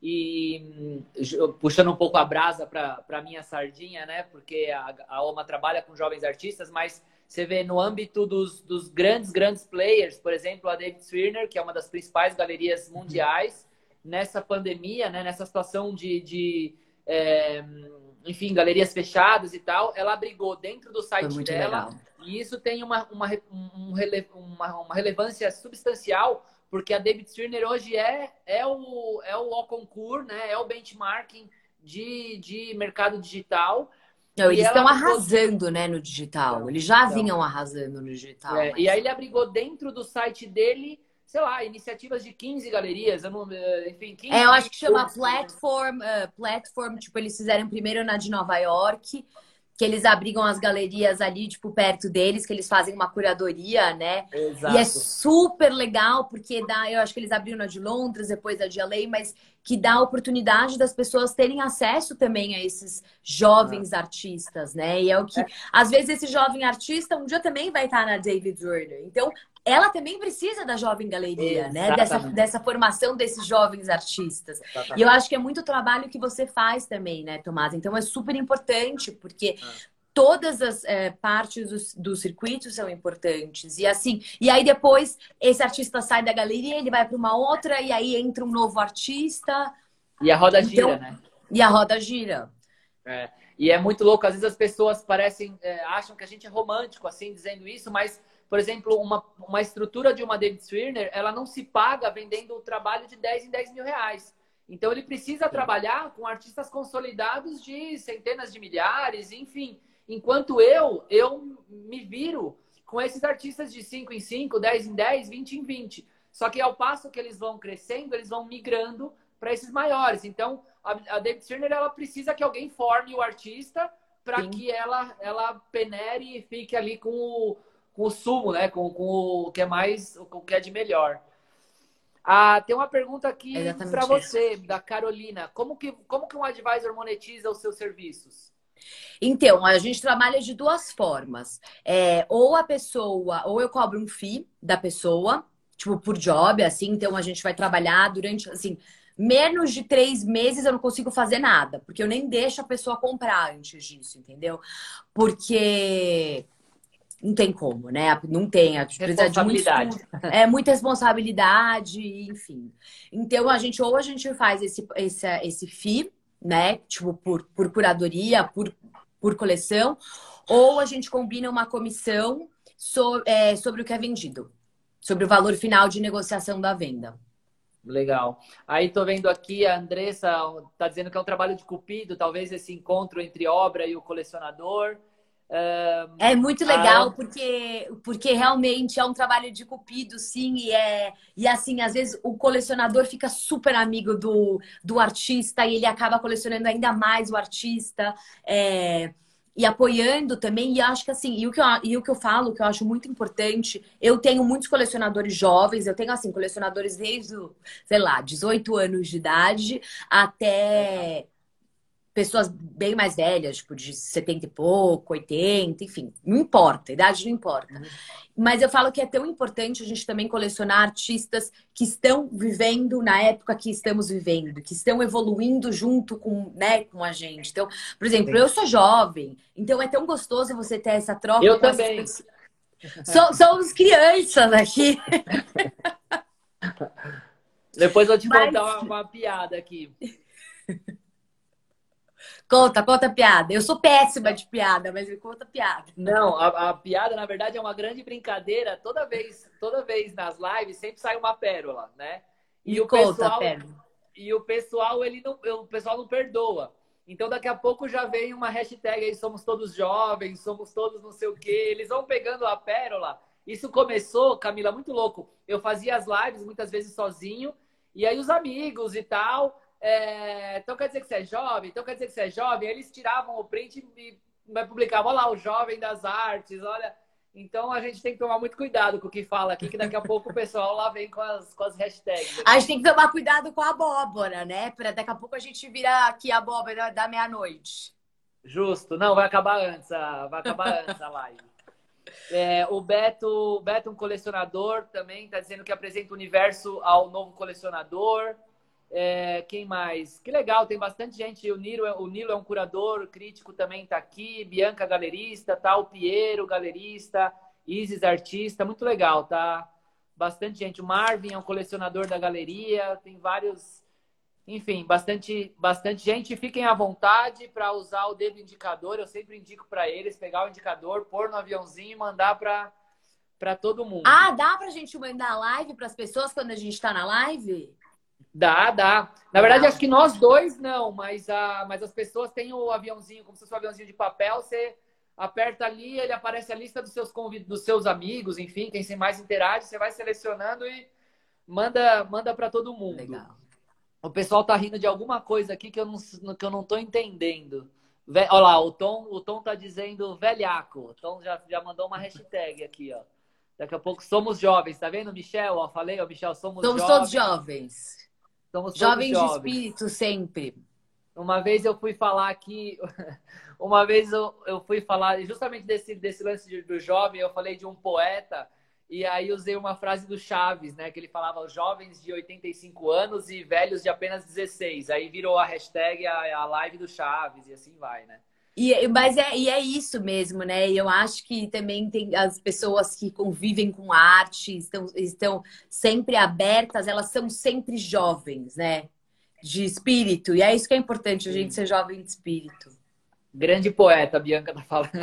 e hum, puxando um pouco a brasa para a minha sardinha, né? Porque a, a OMA trabalha com jovens artistas, mas você vê no âmbito dos, dos grandes, grandes players, por exemplo, a David Zwirner, que é uma das principais galerias mundiais, nessa pandemia, né? Nessa situação de, de é, enfim, galerias fechadas e tal, ela abrigou dentro do Foi site muito dela. legal. E isso tem uma, uma, um, rele, uma, uma relevância substancial, porque a David Zwirner hoje é, é o, é o concurso, né? É o benchmarking de, de mercado digital. Não, E eles ela estão abrigou... arrasando, né, no digital. Então, Eles já então, vinham arrasando no digital, é, e mas... aí ele abrigou dentro do site dele, sei lá, iniciativas de quinze galerias, eu não, enfim, É, quinze, eu acho vinte que chama por cento. Platform, uh, Platform, tipo, eles fizeram primeiro na de Nova York, que eles abrigam as galerias ali, tipo, perto deles, que eles fazem uma curadoria, né? E é Exato. super legal, porque dá, eu acho que eles abriram na de Londres, depois a de L A, mas que dá a oportunidade das pessoas terem acesso também a esses Ah, jovens artistas, né? E é o que, é, às vezes, esse jovem artista um dia também vai estar na David Zwirner. Então, ela também precisa da jovem galeria, né? Dessa, exatamente. dessa formação desses jovens artistas. E eu Exatamente. acho que é muito trabalho que você faz também, né, Tomás? Então é super importante, porque Ah. todas as é, partes do, do circuito são importantes. E assim, e aí depois esse artista sai da galeria, ele vai para uma outra, e aí entra um novo artista. E a roda gira, Então, né? e a roda gira. É. E é muito louco, às vezes as pessoas parecem, é, acham que a gente é romântico, assim, dizendo isso, mas, por exemplo, uma, uma estrutura de uma David Zwirner, ela não se paga vendendo o trabalho de dez em dez mil reais. Então ele precisa trabalhar com artistas consolidados de centenas de milhares, enfim. Enquanto eu, eu me viro com esses artistas de cinco em cinco, dez em dez, vinte em vinte. Só que ao passo que eles vão crescendo, eles vão migrando para esses maiores. Então, a, a David Zwirner, ela precisa que alguém forme o artista para Sim, que ela, ela penere e fique ali com o, com o sumo, né? Com, com o que é mais, o que é de melhor. Ah, tem uma pergunta é aqui para exatamente isso. você, da Carolina. Como que, como que um advisor monetiza os seus serviços? Então, a gente trabalha de duas formas. É, ou a pessoa, ou eu cobro um fee da pessoa, tipo, por job, assim, então a gente vai trabalhar durante, assim, menos de três meses eu não consigo fazer nada, porque eu nem deixo a pessoa comprar antes disso, entendeu? Porque não tem como, né? Não tem, a gente precisa de muito Responsabilidade. estudo, é muita responsabilidade, enfim. Então a gente ou a gente faz esse esse esse F I I, né? Tipo por, por curadoria, por por coleção, ou a gente combina uma comissão so, é, sobre o que é vendido, sobre o valor final de negociação da venda. Legal. Aí tô vendo aqui a Andressa tá dizendo que é um trabalho de cupido, talvez esse encontro entre obra e o colecionador. É muito A legal porque, porque realmente é um trabalho de cupido, sim, e é e assim, às vezes o colecionador fica super amigo do, do artista e ele acaba colecionando ainda mais o artista, é, e apoiando também. E acho que assim, e o que eu, e o que eu falo, que eu acho muito importante, eu tenho muitos colecionadores jovens, eu tenho assim, colecionadores desde, sei lá, dezoito anos de idade até pessoas bem mais velhas, tipo de setenta e pouco, oitenta, enfim, não importa, a idade não importa. Mas eu falo que é tão importante a gente também colecionar artistas que estão vivendo na época que estamos vivendo, que estão evoluindo junto com, né, com a gente. Então, por exemplo, Sim. eu sou jovem, então é tão gostoso você ter essa troca Eu com essas também. pessoas. So- Somos crianças aqui. Depois eu vou te contar Mas uma, uma piada aqui. conta, conta piada. Eu sou péssima de piada, mas me conta piada. Não, a, a piada, na verdade, é uma grande brincadeira. Toda vez, toda vez nas lives sempre sai uma pérola, né? Me E o conta, pessoal, pera. e o pessoal, ele não, o pessoal não perdoa. Então, daqui a pouco já vem uma hashtag aí, somos todos jovens, somos todos não sei o quê. Eles vão pegando a pérola. Isso começou, Camila, muito louco. Eu fazia as lives muitas vezes sozinho, e aí os amigos e tal. É, então quer dizer que você é jovem? Então quer dizer que você é jovem? Aí eles tiravam o print e vai publicar, olha lá, o jovem das artes, olha. Então a gente tem que tomar muito cuidado com o que fala aqui, que daqui a pouco o pessoal lá vem com as, com as hashtags A aqui. gente tem que tomar cuidado com a abóbora, né? Para daqui a pouco a gente virar aqui a abóbora da meia-noite. Justo. Não, vai acabar antes, a, vai acabar antes a live. É, o Beto, o Beto, um colecionador também, está dizendo que apresenta o universo ao novo colecionador. É, quem mais? Que legal, tem bastante gente. O Nilo, o Nilo é um curador, o crítico também está aqui. Bianca, galerista, tá? O Piero, galerista. Isis, artista. Muito legal, tá? Bastante gente. O Marvin é um colecionador da galeria. Tem vários. Enfim, bastante, bastante gente. Fiquem à vontade para usar o dedo indicador. Eu sempre indico para eles pegar o indicador, pôr no aviãozinho e mandar para para todo mundo. Ah, dá pra gente mandar live para as pessoas quando a gente tá na live? Dá, dá. Na verdade, Legal. acho que nós dois não, mas, a, mas as pessoas têm o aviãozinho, como se fosse um aviãozinho de papel, você aperta ali, ele aparece a lista dos seus convid... dos seus amigos, enfim, quem mais interage, você vai selecionando e manda, manda para todo mundo. Legal. O pessoal tá rindo de alguma coisa aqui que eu não, que eu não tô entendendo. Ve... Olha lá, o Tom, o Tom tá dizendo velhaco. O Tom já, já mandou uma hashtag aqui, ó. Daqui a pouco somos jovens, tá vendo, Michel? Ó, falei, ó, Michel, somos Somos todos jovens. jovens. Somos todos Jovens de jovens. espírito sempre. Uma vez eu fui falar aqui, uma vez eu, eu fui falar justamente desse, desse lance de, do jovem, eu falei de um poeta, e aí usei uma frase do Chaves, né? Que ele falava os jovens de oitenta e cinco anos e velhos de apenas dezesseis. Aí virou a hashtag a, a live do Chaves e assim vai, né? E, mas é, e é isso mesmo, né? E eu acho que também tem as pessoas que convivem com arte, estão, estão sempre abertas, elas são sempre jovens, né? De espírito. E é isso que é importante, a gente Sim. ser jovem de espírito. Grande poeta, a Bianca tá falando.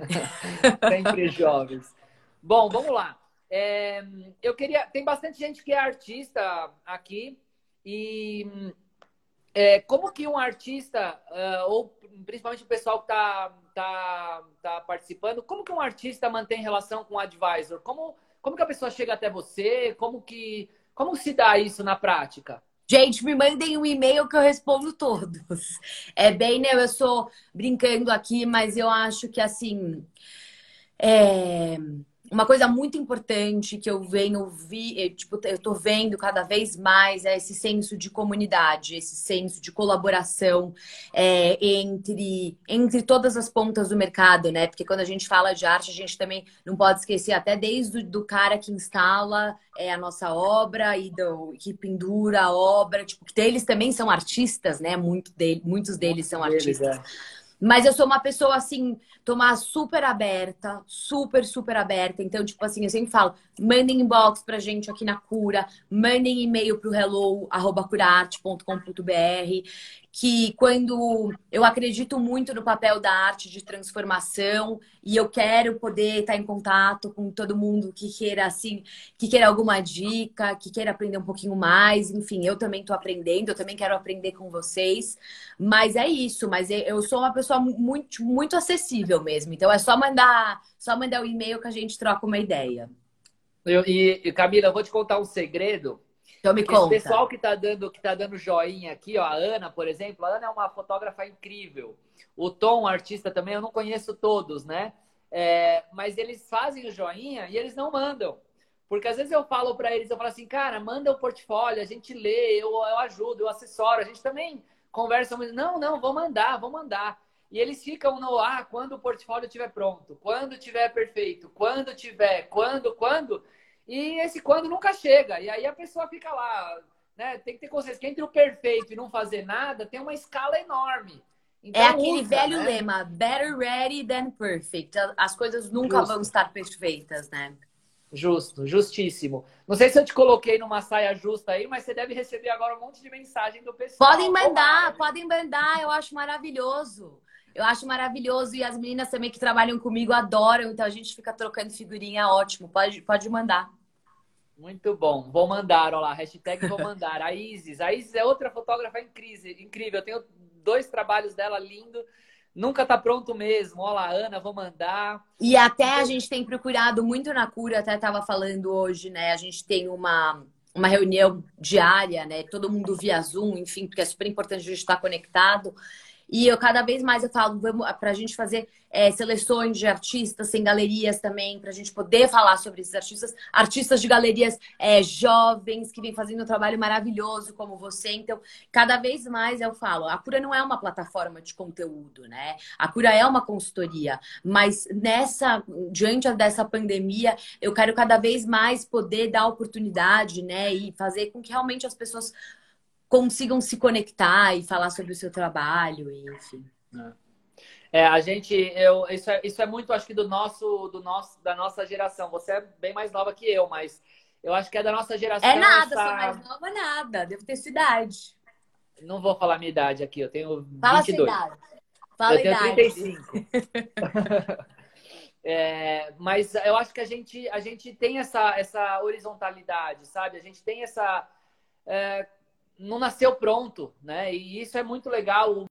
Sempre jovens. Bom, vamos lá. É, eu queria. Tem bastante gente que é artista aqui. E é, como que um artista, uh, ou principalmente o pessoal que está tá, tá participando, como que um artista mantém relação com o advisor? Como, como que a pessoa chega até você? Como que como se dá isso na prática? Gente, me mandem um e-mail que eu respondo todos. É bem, né? Eu sou brincando aqui, mas eu acho que assim. É... Uma coisa muito importante que eu venho vi, eu, tipo, eu tô vendo cada vez mais é esse senso de comunidade, esse senso de colaboração é, entre, entre todas as pontas do mercado, né? Porque quando a gente fala de arte, a gente também não pode esquecer até desde o do cara que instala é, a nossa obra e do que pendura a obra, tipo, que eles também são artistas, né? Muito dele, muitos deles Muitos são deles, artistas. é. Mas eu sou uma pessoa, assim, tomar super aberta, super, super aberta. Então, tipo assim, eu sempre falo, mandem inbox pra gente aqui na Cura, mandem e-mail pro hello, arroba curaarte ponto com ponto br, que quando eu acredito muito no papel da arte de transformação e eu quero poder estar em contato com todo mundo que queira, assim, que queira alguma dica, que queira aprender um pouquinho mais. Enfim, eu também estou aprendendo, eu também quero aprender com vocês. Mas é isso, mas eu sou uma pessoa muito, muito acessível mesmo. Então é só mandar, só mandar o e-mail que a gente troca uma ideia. Eu- e, e, Camila, eu vou te contar um segredo. Então me Esse conta. pessoal que tá dando, que tá dando joinha aqui, ó, a Ana, por exemplo, a Ana é uma fotógrafa incrível. O Tom, artista também, eu não conheço todos, né? É, mas eles fazem o joinha e eles não mandam. Porque às vezes eu falo para eles, eu falo assim, cara, manda o portfólio, a gente lê, eu, eu ajudo, eu assessoro, a gente também conversa muito. Não, não, vou mandar, vou mandar. E eles ficam no ar quando o portfólio estiver pronto, quando estiver perfeito, quando tiver, quando, quando. E esse quando nunca chega. E aí a pessoa fica lá, né? Tem que ter consciência que entre o perfeito e não fazer nada tem uma escala enorme. É Então aquele usa, velho né? lema, better ready than perfect. As coisas nunca vão Justo, estar perfeitas, né? justo, justíssimo. Não sei se eu te coloquei numa saia justa aí, mas você deve receber agora um monte de mensagem do Podem pessoal. Tomara, mandar, viu? podem mandar, eu acho maravilhoso. Eu acho maravilhoso e as meninas também que trabalham comigo adoram, então a gente fica trocando figurinha, ótimo. Pode, pode mandar. Muito bom. Vou mandar, olha lá, hashtag vou mandar. A Isis. A Isis é outra fotógrafa incrível. incrível. Eu tenho dois trabalhos dela lindo. Nunca tá pronto mesmo. Olha lá, Ana, vou mandar. E até a Então, gente tem procurado muito na cura, até estava falando hoje, né? A gente tem uma, uma reunião diária, né? Todo mundo via Zoom, enfim, porque é super importante a gente estar conectado. E eu cada vez mais eu falo, vamos para a gente fazer é, seleções de artistas, sem galerias também, para a gente poder falar sobre esses artistas, artistas de galerias é, jovens que vêm fazendo um trabalho maravilhoso como você. Então, cada vez mais eu falo, a Cura não é uma plataforma de conteúdo, né? A Cura é uma consultoria, mas nessa, diante dessa pandemia, eu quero cada vez mais poder dar oportunidade, né? E fazer com que realmente as pessoas consigam se conectar e falar sobre o seu trabalho, e, enfim. é, a gente, eu, isso é, isso é muito, acho que do nosso, do nosso, da nossa geração. Você é bem mais nova que eu, mas eu acho que é da nossa É geração nada, sou mais essa. nova nada, devo ter sua idade. Não vou falar minha idade aqui, eu tenho Fala a vinte e sua dois. idade. Fala Eu a tenho trinta e idade. cinco. É, mas eu acho que a gente, a gente tem essa, essa horizontalidade, sabe? A gente tem essa. É, não nasceu pronto, né? E isso é muito legal.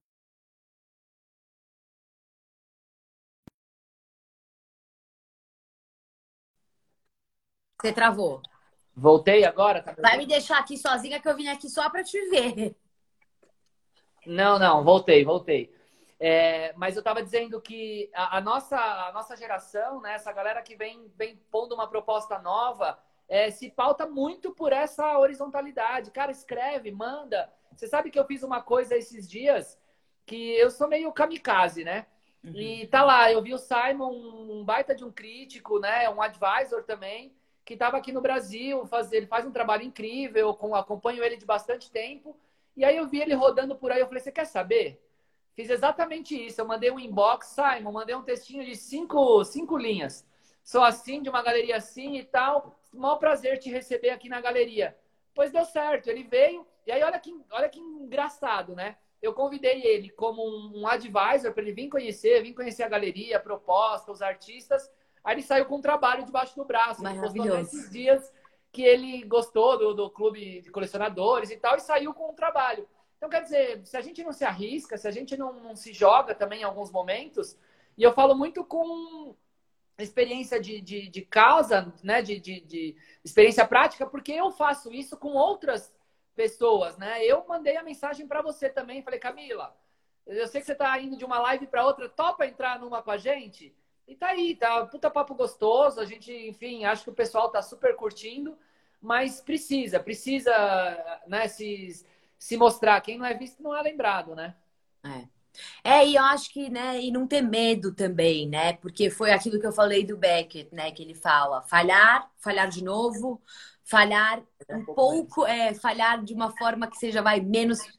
Você travou. Voltei agora, tá me Vai me ouvindo? deixar aqui sozinha que eu vim aqui só pra te ver. Não, não, voltei, voltei. É, mas eu estava dizendo que a, a nossa, a nossa geração, né, essa galera que vem, vem pondo uma proposta nova, é, se pauta muito por essa horizontalidade. Cara, escreve, manda. Você sabe que eu fiz uma coisa esses dias que eu sou meio kamikaze, né? Uhum. E tá lá, eu vi o Simon, um baita de um crítico, né? Um advisor também, que estava aqui no Brasil, faz, ele faz um trabalho incrível, com, acompanho ele de bastante tempo. E aí eu vi ele rodando por aí, eu falei, você quer saber? Fiz exatamente isso. Eu mandei um inbox, Simon, mandei um textinho de cinco, cinco linhas. Sou assim, de uma galeria assim e tal. Maior prazer te receber aqui na galeria. Pois deu certo, ele veio. E aí, olha que, olha que engraçado, né? Eu convidei ele como um, um advisor para ele vir conhecer, vir conhecer a galeria, a proposta, os artistas. Aí ele saiu com um trabalho debaixo do braço. Ele postou até Maravilhoso. esses dias que ele gostou do, do clube de colecionadores e tal, e saiu com um trabalho. Então, quer dizer, se a gente não se arrisca, se a gente não, não se joga também em alguns momentos, e eu falo muito com experiência de, de, de causa, né, de, de, de experiência prática, porque eu faço isso com outras pessoas, né? Eu mandei a mensagem para você também, falei, Camila, eu sei que você está indo de uma live para outra, topa entrar numa com a gente? E tá aí, tá puta papo gostoso, a gente, enfim, acho que o pessoal tá super curtindo, mas precisa, precisa, né, se, se mostrar. Quem não é visto não é lembrado, né? É. É, e eu acho que, né, e não ter medo também, né? Porque foi aquilo que eu falei do Beckett, né? Que ele fala, falhar, falhar de novo, falhar É um um pouco menos. pouco, é, falhar de uma forma que seja, vai, menos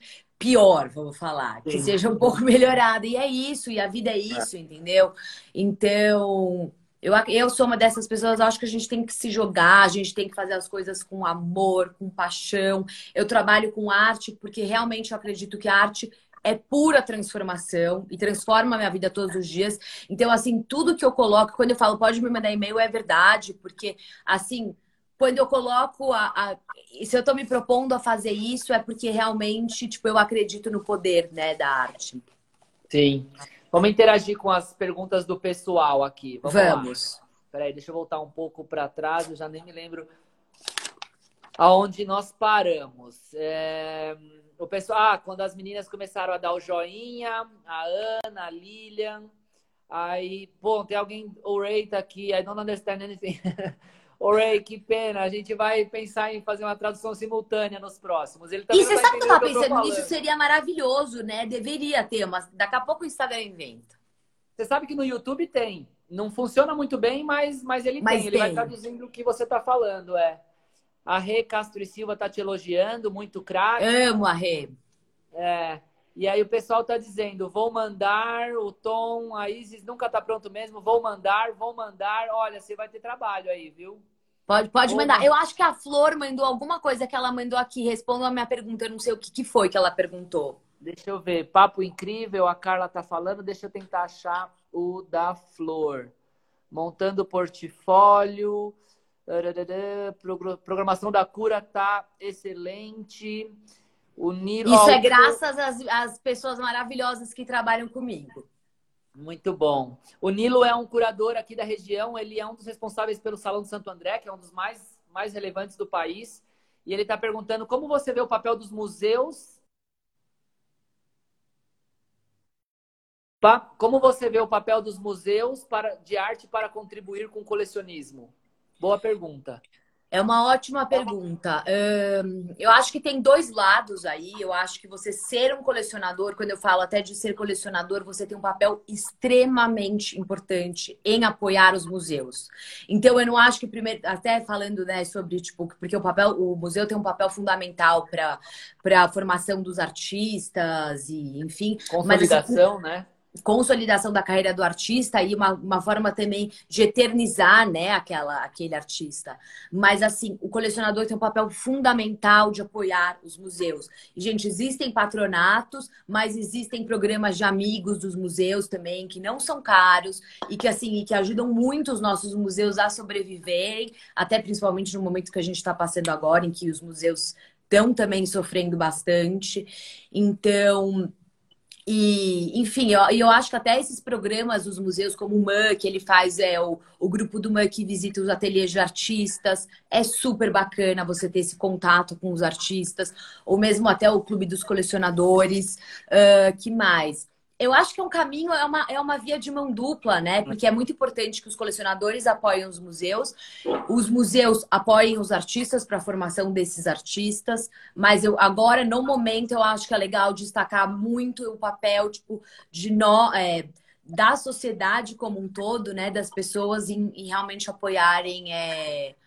pior, vamos falar, que Sim. seja um pouco melhorada. E é isso, e a vida é isso, entendeu? Então, eu, ac- eu sou uma dessas pessoas, eu acho que a gente tem que se jogar, a gente tem que fazer as coisas com amor, com paixão. Eu trabalho com arte porque realmente eu acredito que a arte é pura transformação e transforma a minha vida todos os dias. Então, assim, tudo que eu coloco, quando eu falo pode me mandar e-mail, é verdade, porque, assim, quando eu coloco a, a- se eu tô me propondo a fazer isso, é porque realmente, tipo, eu acredito no poder, né, da arte. Sim. Vamos interagir com as perguntas do pessoal aqui. Vamos lá. Vamos. Peraí, deixa eu voltar um pouco para trás, eu já nem me lembro aonde nós paramos. É, O pessoal, ah, quando as meninas começaram a dar o joinha, a Ana, a Lilian, aí, bom, tem alguém, o Ray tá aqui, I don't understand anything. O Ray, que pena, a gente vai pensar em fazer uma tradução simultânea nos próximos. Ele E também não você tá sabe que eu entendendo o tava que eu tô pensando nisso? falando. Seria maravilhoso, né? Deveria ter, mas daqui a pouco o Instagram inventa. Você sabe que no YouTube tem. Não funciona muito bem, mas, mas ele tem. Mas Ele vai tem. traduzindo o que você tá falando, é. A Rê Castro e Silva tá te elogiando, muito craque. Amo a Rê. É, e aí o pessoal tá dizendo, vou mandar, o Tom, a Isis nunca tá pronto mesmo, vou mandar, vou mandar. Olha, você vai ter trabalho aí, viu? Pode, pode Vou mandar. mandar. Eu acho que a Flor mandou alguma coisa que ela mandou aqui. Responda a minha pergunta. Eu não sei o que, que foi que ela perguntou. Deixa eu ver, papo incrível, a Carla tá falando, deixa eu tentar achar o da Flor. Montando portfólio, tararara, progr- programação da cura tá excelente. O Nilo, Isso ó, o é Nilo, graças às, às pessoas maravilhosas que trabalham comigo. muito bom. O Nilo é um curador aqui da região, ele é um dos responsáveis pelo Salão de Santo André, que é um dos mais, mais relevantes do país. E ele está perguntando como você vê o papel dos museus, pa- como você vê o papel dos museus para, de arte para contribuir com o colecionismo? Boa pergunta. É uma ótima pergunta. Ahn, eu acho que tem dois lados aí. Eu acho que você ser um colecionador, quando eu falo até de ser colecionador, você tem um papel extremamente importante em apoiar os museus. Então, eu não acho que primeiro, até falando, né, sobre tipo, porque o papel, o museu tem um papel fundamental para para a formação dos artistas e, enfim, mas assim, Consolidação, né? consolidação da carreira do artista e uma, uma forma também de eternizar, né, aquela, aquele artista. Mas, assim, o colecionador tem um papel fundamental de apoiar os museus. E, gente, existem patronatos, mas existem programas de amigos dos museus também, que não são caros e que, assim, e que ajudam muito os nossos museus a sobreviverem, até principalmente no momento que a gente está passando agora, em que os museus estão também sofrendo bastante. Então... E, enfim, eu, eu acho que até esses programas, os museus, como o M A, que ele faz, é o, o grupo do M A que visita os ateliês de artistas, é super bacana você ter esse contato com os artistas, ou mesmo até o Clube dos Colecionadores. Ah, que mais? Eu acho que é um caminho, é uma, é uma via de mão dupla, né? Porque é muito importante que os colecionadores apoiem os museus, os museus apoiem os artistas para a formação desses artistas, mas eu agora, no momento, eu acho que é legal destacar muito o papel, tipo, de nó, é, da sociedade como um todo, né? Das pessoas em, em realmente apoiarem é,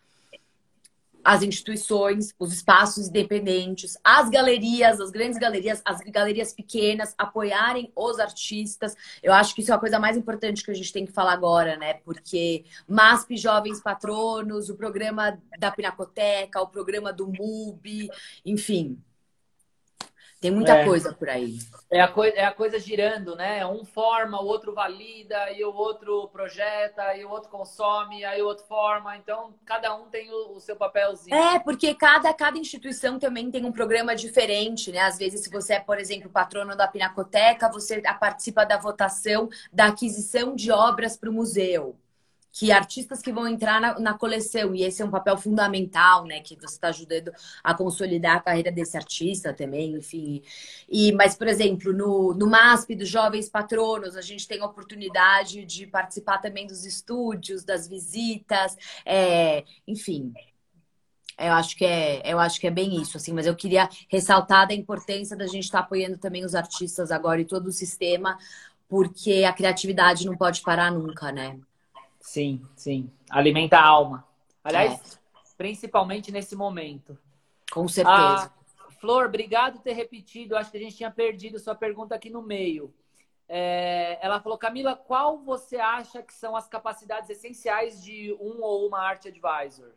as instituições, os espaços independentes, as galerias, as grandes galerias, as galerias pequenas, apoiarem os artistas. Eu acho que isso é a coisa mais importante que a gente tem que falar agora, né? Porque MASP Jovens Patronos, o programa da Pinacoteca, o programa do MUBI, enfim, tem muita É. coisa por aí. É a, coi é a coisa girando, né? Um forma, o outro valida, e o outro projeta, e o outro consome, aí o outro forma. Então, cada um tem o, o seu papelzinho. É, porque cada, cada instituição também tem um programa diferente, né? Às vezes, se você é, por exemplo, patrono da Pinacoteca, você participa da votação da aquisição de obras para o museu. Que artistas que vão entrar na, na coleção, e esse é um papel fundamental, né? Que você está ajudando a consolidar a carreira desse artista também, enfim. E, mas, por exemplo, no, no MASP dos Jovens Patronos, a gente tem a oportunidade de participar também dos estúdios, das visitas, é, enfim. Eu acho que é, eu acho que é bem isso, assim, mas eu queria ressaltar da importância da gente estar apoiando também os artistas agora e todo o sistema, porque a criatividade não pode parar nunca, né? Sim, sim. Alimenta a alma. É, Aliás, principalmente nesse momento. com A certeza. Flor, obrigado por ter repetido. Acho que a gente tinha perdido sua pergunta aqui no meio. É, ela falou, Camila, qual você acha que são as capacidades essenciais de um ou uma Art Advisor?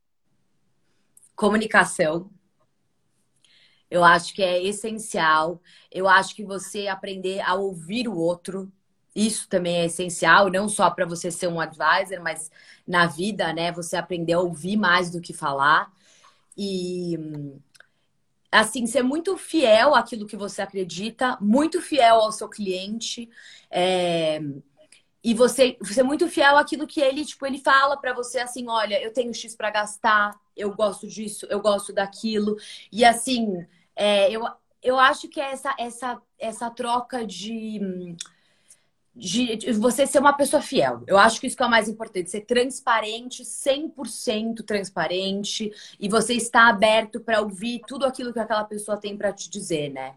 Comunicação. Eu acho que é essencial. Eu acho que você aprender a ouvir o outro, isso também é essencial, não só para você ser um advisor, mas na vida, né? Você aprender a ouvir mais do que falar. E, assim, ser muito fiel àquilo que você acredita, muito fiel ao seu cliente. É... E você ser muito fiel àquilo que ele, tipo, ele fala para você assim, olha, eu tenho X para gastar, eu gosto disso, eu gosto daquilo. E assim, é, eu, eu acho que é essa, essa, essa troca de, de, de você ser uma pessoa fiel. Eu acho que isso que é o mais importante, ser transparente, cem por cento transparente, e você estar aberto para ouvir tudo aquilo que aquela pessoa tem para te dizer, né?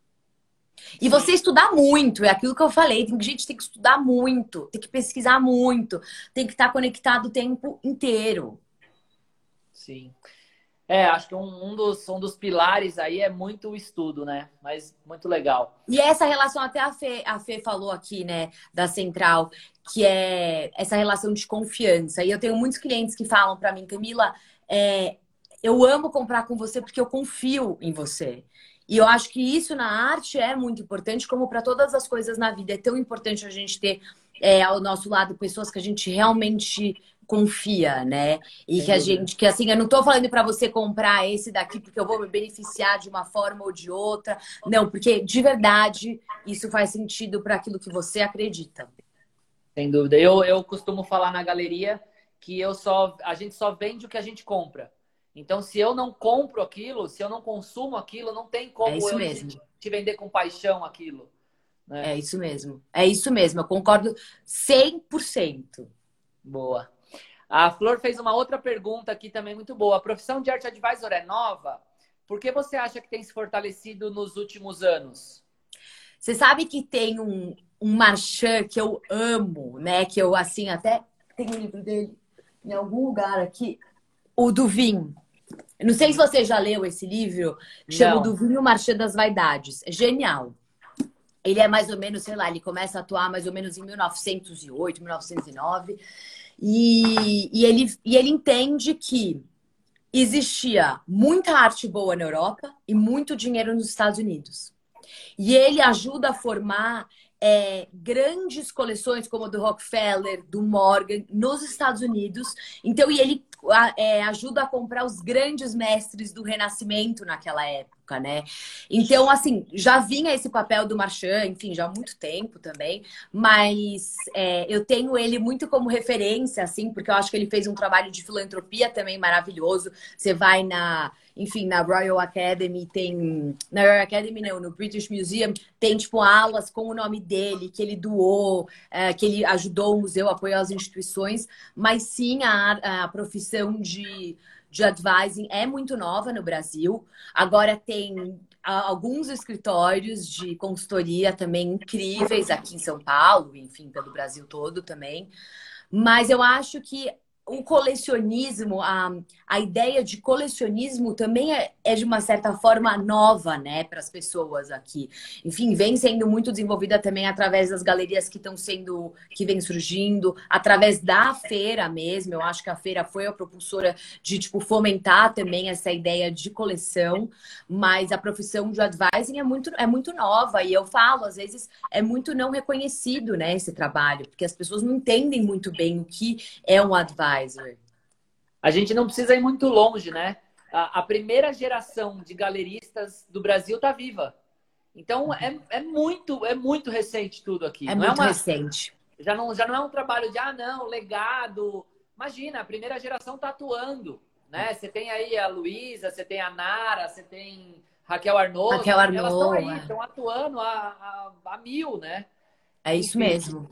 E Sim. você estudar muito, é aquilo que eu falei. Tem gente que tem que estudar muito, tem que pesquisar muito, tem que estar conectado o tempo inteiro. Sim. É, acho que um, um, dos, um dos pilares aí é muito o estudo, né? Mas muito legal. E essa relação, até a Fê, a Fê falou aqui, né, da Central, que é essa relação de confiança. E eu tenho muitos clientes que falam para mim, Camila, é, eu amo comprar com você porque eu confio em você. E eu acho que isso na arte é muito importante, como para todas as coisas na vida. É tão importante a gente ter é, ao nosso lado pessoas que a gente realmente confia, né? E Sem que a dúvida. gente, que assim, eu não tô falando para você comprar esse daqui porque eu vou me beneficiar de uma forma ou de outra. Não, porque de verdade isso faz sentido para aquilo que você acredita. Sem dúvida. Eu, eu costumo falar na galeria que eu só, a gente só vende o que a gente compra. Então, se eu não compro aquilo, se eu não consumo aquilo, não tem É como isso eu te, mesmo. te vender com paixão aquilo, né? É isso mesmo. É isso mesmo. Eu concordo cem por cento. Boa. A Flor fez uma outra pergunta aqui também muito boa. A profissão de Art Advisor é nova? Por que você acha que tem se fortalecido nos últimos anos? Você sabe que tem um, um marchand que eu amo, né? Que eu, assim, até tenho o livro dele em algum lugar aqui. O do vinho. Não sei se você já leu esse livro, que chama O do Não. Vinho, Marchand das Vaidades. É genial. Ele é mais ou menos, sei lá, ele começa a atuar mais ou menos em mil novecentos e oito, mil novecentos e nove. E, e, ele, e ele entende que existia muita arte boa na Europa e muito dinheiro nos Estados Unidos. E ele ajuda a formar é, grandes coleções, como a do Rockefeller, do Morgan, nos Estados Unidos. Então, e ele é, ajuda a comprar os grandes mestres do Renascimento naquela época, né? Então, assim, já vinha esse papel do Marchand, enfim, já há muito tempo também, mas é, eu tenho ele muito como referência, assim, porque eu acho que ele fez um trabalho de filantropia também maravilhoso. Você vai na... Enfim, na Royal Academy tem... Na Royal Academy, não, no British Museum tem, tipo, alas com o nome dele, que ele doou, é, que ele ajudou o museu, apoiou as instituições. Mas sim, a, a profissão de, de advising é muito nova no Brasil. Agora tem alguns escritórios de consultoria também incríveis aqui em São Paulo, enfim, pelo Brasil todo também. Mas eu acho que o colecionismo, a, a ideia de colecionismo também é, é de uma certa forma nova, né, para as pessoas aqui. Enfim, vem sendo muito desenvolvida também através das galerias que estão sendo, que vem surgindo, através da feira mesmo. Eu acho que a feira foi a propulsora de, tipo, fomentar também essa ideia de coleção, mas a profissão de advising é muito, é muito nova e eu falo, às vezes é muito não reconhecido, né, esse trabalho, porque as pessoas não entendem muito bem o que é um advisor. A gente não precisa ir muito longe, né? A, a primeira geração de galeristas do Brasil está viva. Então é, é muito é muito recente tudo aqui. É Não é muito uma recente. já não já não é um trabalho de ah não legado. Imagina, a primeira geração está atuando, né? Você tem aí a Luísa, você tem a Nara, você tem Raquel Arnoux, Raquel elas estão aí, Arnaud, estão atuando a, a, a mil, né? é isso Enfim, mesmo.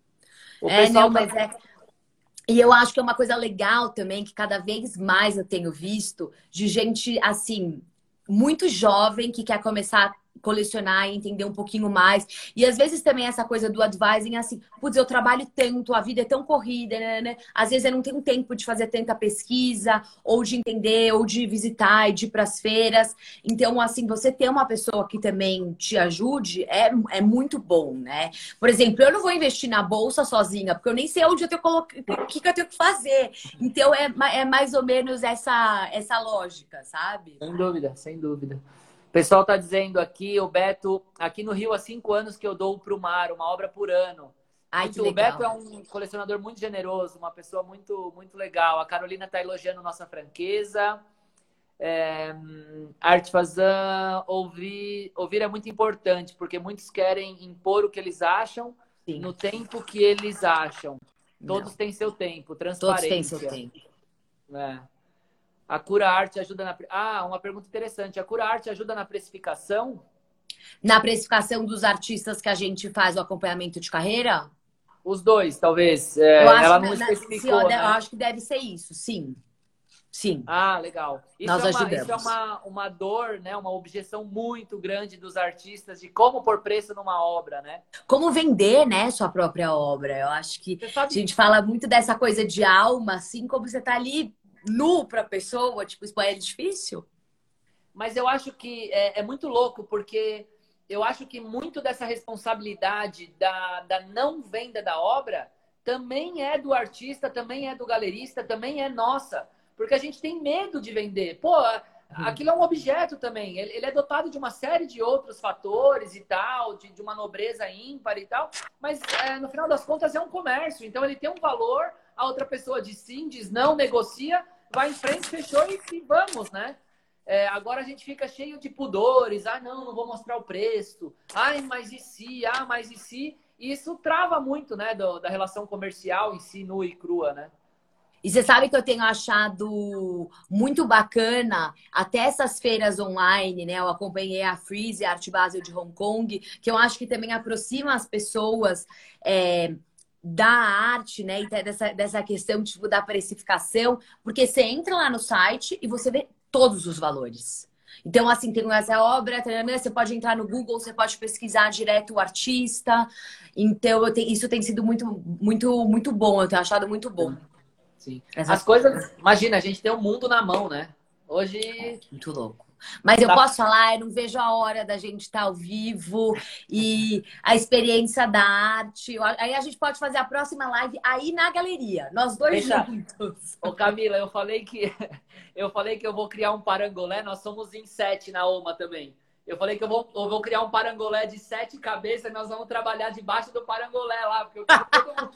o É, não, pessoal mas tá é. E eu acho que é uma coisa legal também, que cada vez mais eu tenho visto, de gente, assim, muito jovem que quer começar colecionar e entender um pouquinho mais. E às vezes também essa coisa do advising, assim, putz, eu trabalho tanto, a vida é tão corrida, né, né? Às vezes eu não tenho tempo de fazer tanta pesquisa, ou de entender, ou de visitar e de ir para as feiras. Então, assim, você ter uma pessoa que também te ajude é, é muito bom, né? Por exemplo, eu não vou investir na bolsa sozinha, porque eu nem sei onde eu tenho que colocar, o que, que eu tenho que fazer. Então, é, ma- é mais ou menos essa, essa lógica, sabe? Sem dúvida, sem dúvida. O pessoal está dizendo aqui, o Beto, aqui no Rio há cinco anos que eu dou para o mar, uma obra por ano. Ai, que Muito, o Beto legal. é um colecionador muito generoso, uma pessoa muito, muito legal. A Carolina está elogiando nossa franqueza. É, Arte Fazan, ouvir, ouvir é muito importante, porque muitos querem impor o que eles acham Sim, no tempo que eles acham. Todos não. têm seu tempo, Todos têm seu transparência. tempo. Né? A Cura Arte ajuda na. Ah, uma pergunta interessante. A Cura Arte ajuda na precificação? Na precificação dos artistas que a gente faz o acompanhamento de carreira, Os dois, talvez. eu É, acho, ela que não na- na- sim, eu especificou, de- eu né? acho que deve ser isso. Sim, sim, Ah, legal. Isso nós é uma, isso é ajudamos. uma, uma dor, né? Uma objeção muito grande dos artistas de como pôr preço numa obra, né? Como vender, né, sua própria obra? Eu acho que Você a sabe, gente fala muito dessa coisa de alma, assim, como você tá ali nu pra pessoa, tipo, isso é difícil. mas eu acho que é, é muito louco, porque eu acho que muito dessa responsabilidade da, da não venda da obra também é do artista, também é do galerista, também é nossa. Porque a gente tem medo de vender. Pô, Uhum. aquilo é um objeto também. Ele, ele é dotado de uma série de outros fatores e tal, de, de uma nobreza ímpar e tal. Mas é, no final das contas é um comércio. Então ele tem um valor, a outra pessoa diz sim, diz não, negocia, vai em frente, fechou e, e vamos, né? É, agora a gente fica cheio de pudores. Ah, não, não vou mostrar o preço. Ai, mas e se? Ah, mas e se? E isso trava muito, né, do, da relação comercial em si, nua e crua, né? E você sabe que eu tenho achado muito bacana até essas feiras online, né? Eu acompanhei a Freeze, a Art Basel de Hong Kong, que eu acho que também aproxima as pessoas é, da arte, né? E até dessa, dessa questão tipo, da precificação, porque você entra lá no site e você vê todos os valores. Então, assim, tem essa obra, você pode entrar no Google, você pode pesquisar direto o artista. Então, eu tenho, isso tem sido muito, muito, muito bom. Eu tenho achado muito bom. Sim. As Essas coisas, imagina, a gente tem o mundo na mão, né? Hoje Muito louco. Mas eu tá. posso falar, eu não vejo a hora da gente estar ao vivo e a experiência da arte. Eu- Aí a gente pode fazer a próxima live aí na galeria, nós dois Deixa. juntos. Ô, Camila, eu falei que eu falei que eu vou criar um parangolé, nós somos em sete na OMA também. Eu falei que eu vou, eu vou criar um parangolé de sete cabeças e nós vamos trabalhar debaixo do parangolé lá, porque eu quero todo mundo,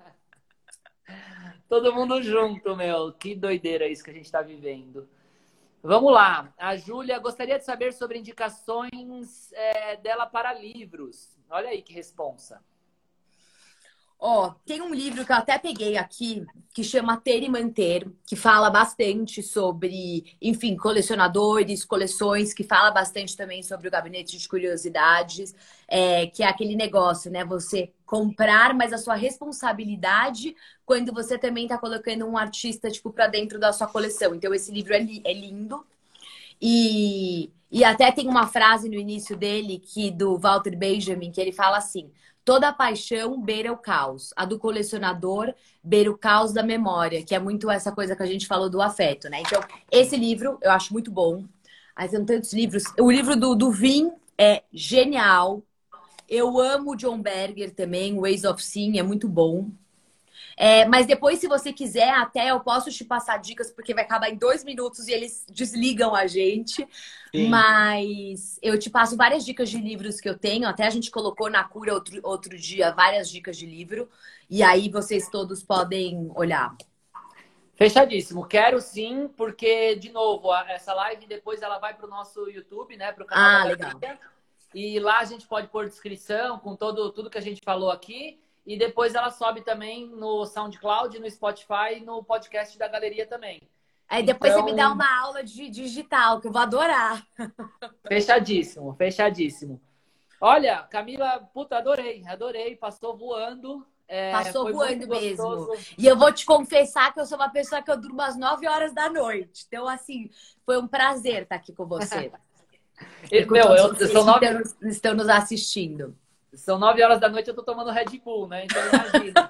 todo mundo junto, meu. Que doideira isso que a gente está vivendo. Vamos lá. A Júlia gostaria de saber sobre indicações é, dela para livros. Olha aí que responsa. Ó, tem um livro que eu até peguei aqui, que chama Ter e Manter, que fala bastante sobre, enfim, colecionadores, coleções, que fala bastante também sobre o gabinete de curiosidades, é, que é aquele negócio, né? Você comprar, mas a sua responsabilidade quando você também tá colocando um artista, tipo, para dentro da sua coleção. Então, esse livro é, li é lindo. E, e até tem uma frase no início dele, que do Walter Benjamin, que ele fala assim: toda paixão beira o caos. A do colecionador beira o caos da memória, que é muito essa coisa que a gente falou do afeto, né? Então, esse livro eu acho muito bom. Aí tem tantos livros. O livro do, do Vin é genial. Eu amo o John Berger também, Ways of Seeing é muito bom. É, mas depois, se você quiser, até eu posso te passar dicas, porque vai acabar em dois minutos e eles desligam a gente. Sim. Mas eu te passo várias dicas de livros que eu tenho. Até a gente colocou na cura outro, outro dia várias dicas de livro. E aí vocês todos podem olhar. Fechadíssimo. Quero sim, porque, de novo, a- essa live depois ela vai para o nosso YouTube, né? Para o canal da Ah, legal. Galeria. E lá a gente pode pôr descrição com todo, tudo que a gente falou aqui. E depois ela sobe também no SoundCloud, no Spotify e no podcast da Galeria também. Aí depois você me dá Então, uma aula de digital, que eu vou adorar. fechadíssimo, fechadíssimo. Olha, Camila, puta, adorei, adorei, passou voando. É, Passou foi muito voando mesmo. gostoso. E eu vou te confessar que eu sou uma pessoa que eu durmo às nove horas da noite. Então, assim, foi um prazer estar aqui com você. E, E com meu, todos eu, vocês são que nove, estão, estão nos assistindo. são nove horas da noite, eu tô tomando Red Bull, né? Então imagina.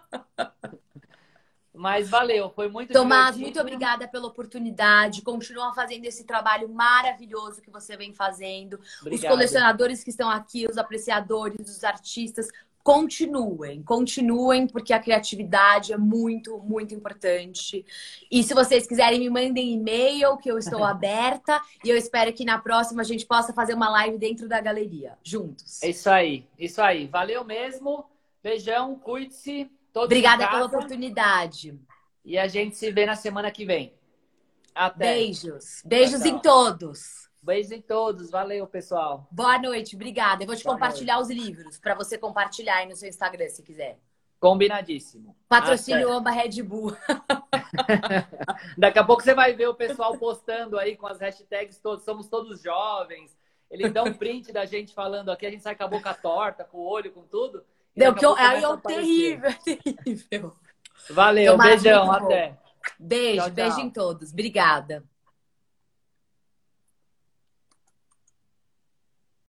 Mas valeu, foi muito Tomás, muito divertido. obrigada pela oportunidade. Continua fazendo esse trabalho maravilhoso que você vem fazendo. Os Obrigado. colecionadores que estão aqui, os apreciadores, os artistas, continuem, continuem, porque a criatividade é muito, muito importante. E se vocês quiserem, me mandem e-mail, que eu estou aberta. E eu espero que na próxima a gente possa fazer uma live dentro da galeria, juntos. É isso aí, isso aí. Valeu mesmo. Beijão, cuide-se. Todos em Obrigada pela casa. oportunidade. E a gente se vê na semana que vem. Até. Beijos. Tchau, Beijos em tchau. todos. Beijos em todos. Valeu, pessoal. Boa noite, obrigada. Eu vou te Boa compartilhar noite. os livros para você compartilhar aí no seu Instagram, se quiser. Combinadíssimo. Patrocínio Até. Oba Red Bull. Daqui a pouco você vai ver o pessoal postando aí com as hashtags todos. Somos todos jovens. Eles dão um print da gente falando aqui. A gente sai com a boca torta, com o olho, com tudo. E Deu daqui que a eu, pouco aí começa a é aparecer. terrível, terrível. Valeu, Tomara, beijão, muito bom. até. Beijo, Tchau, beijo em tchau. todos. Obrigada.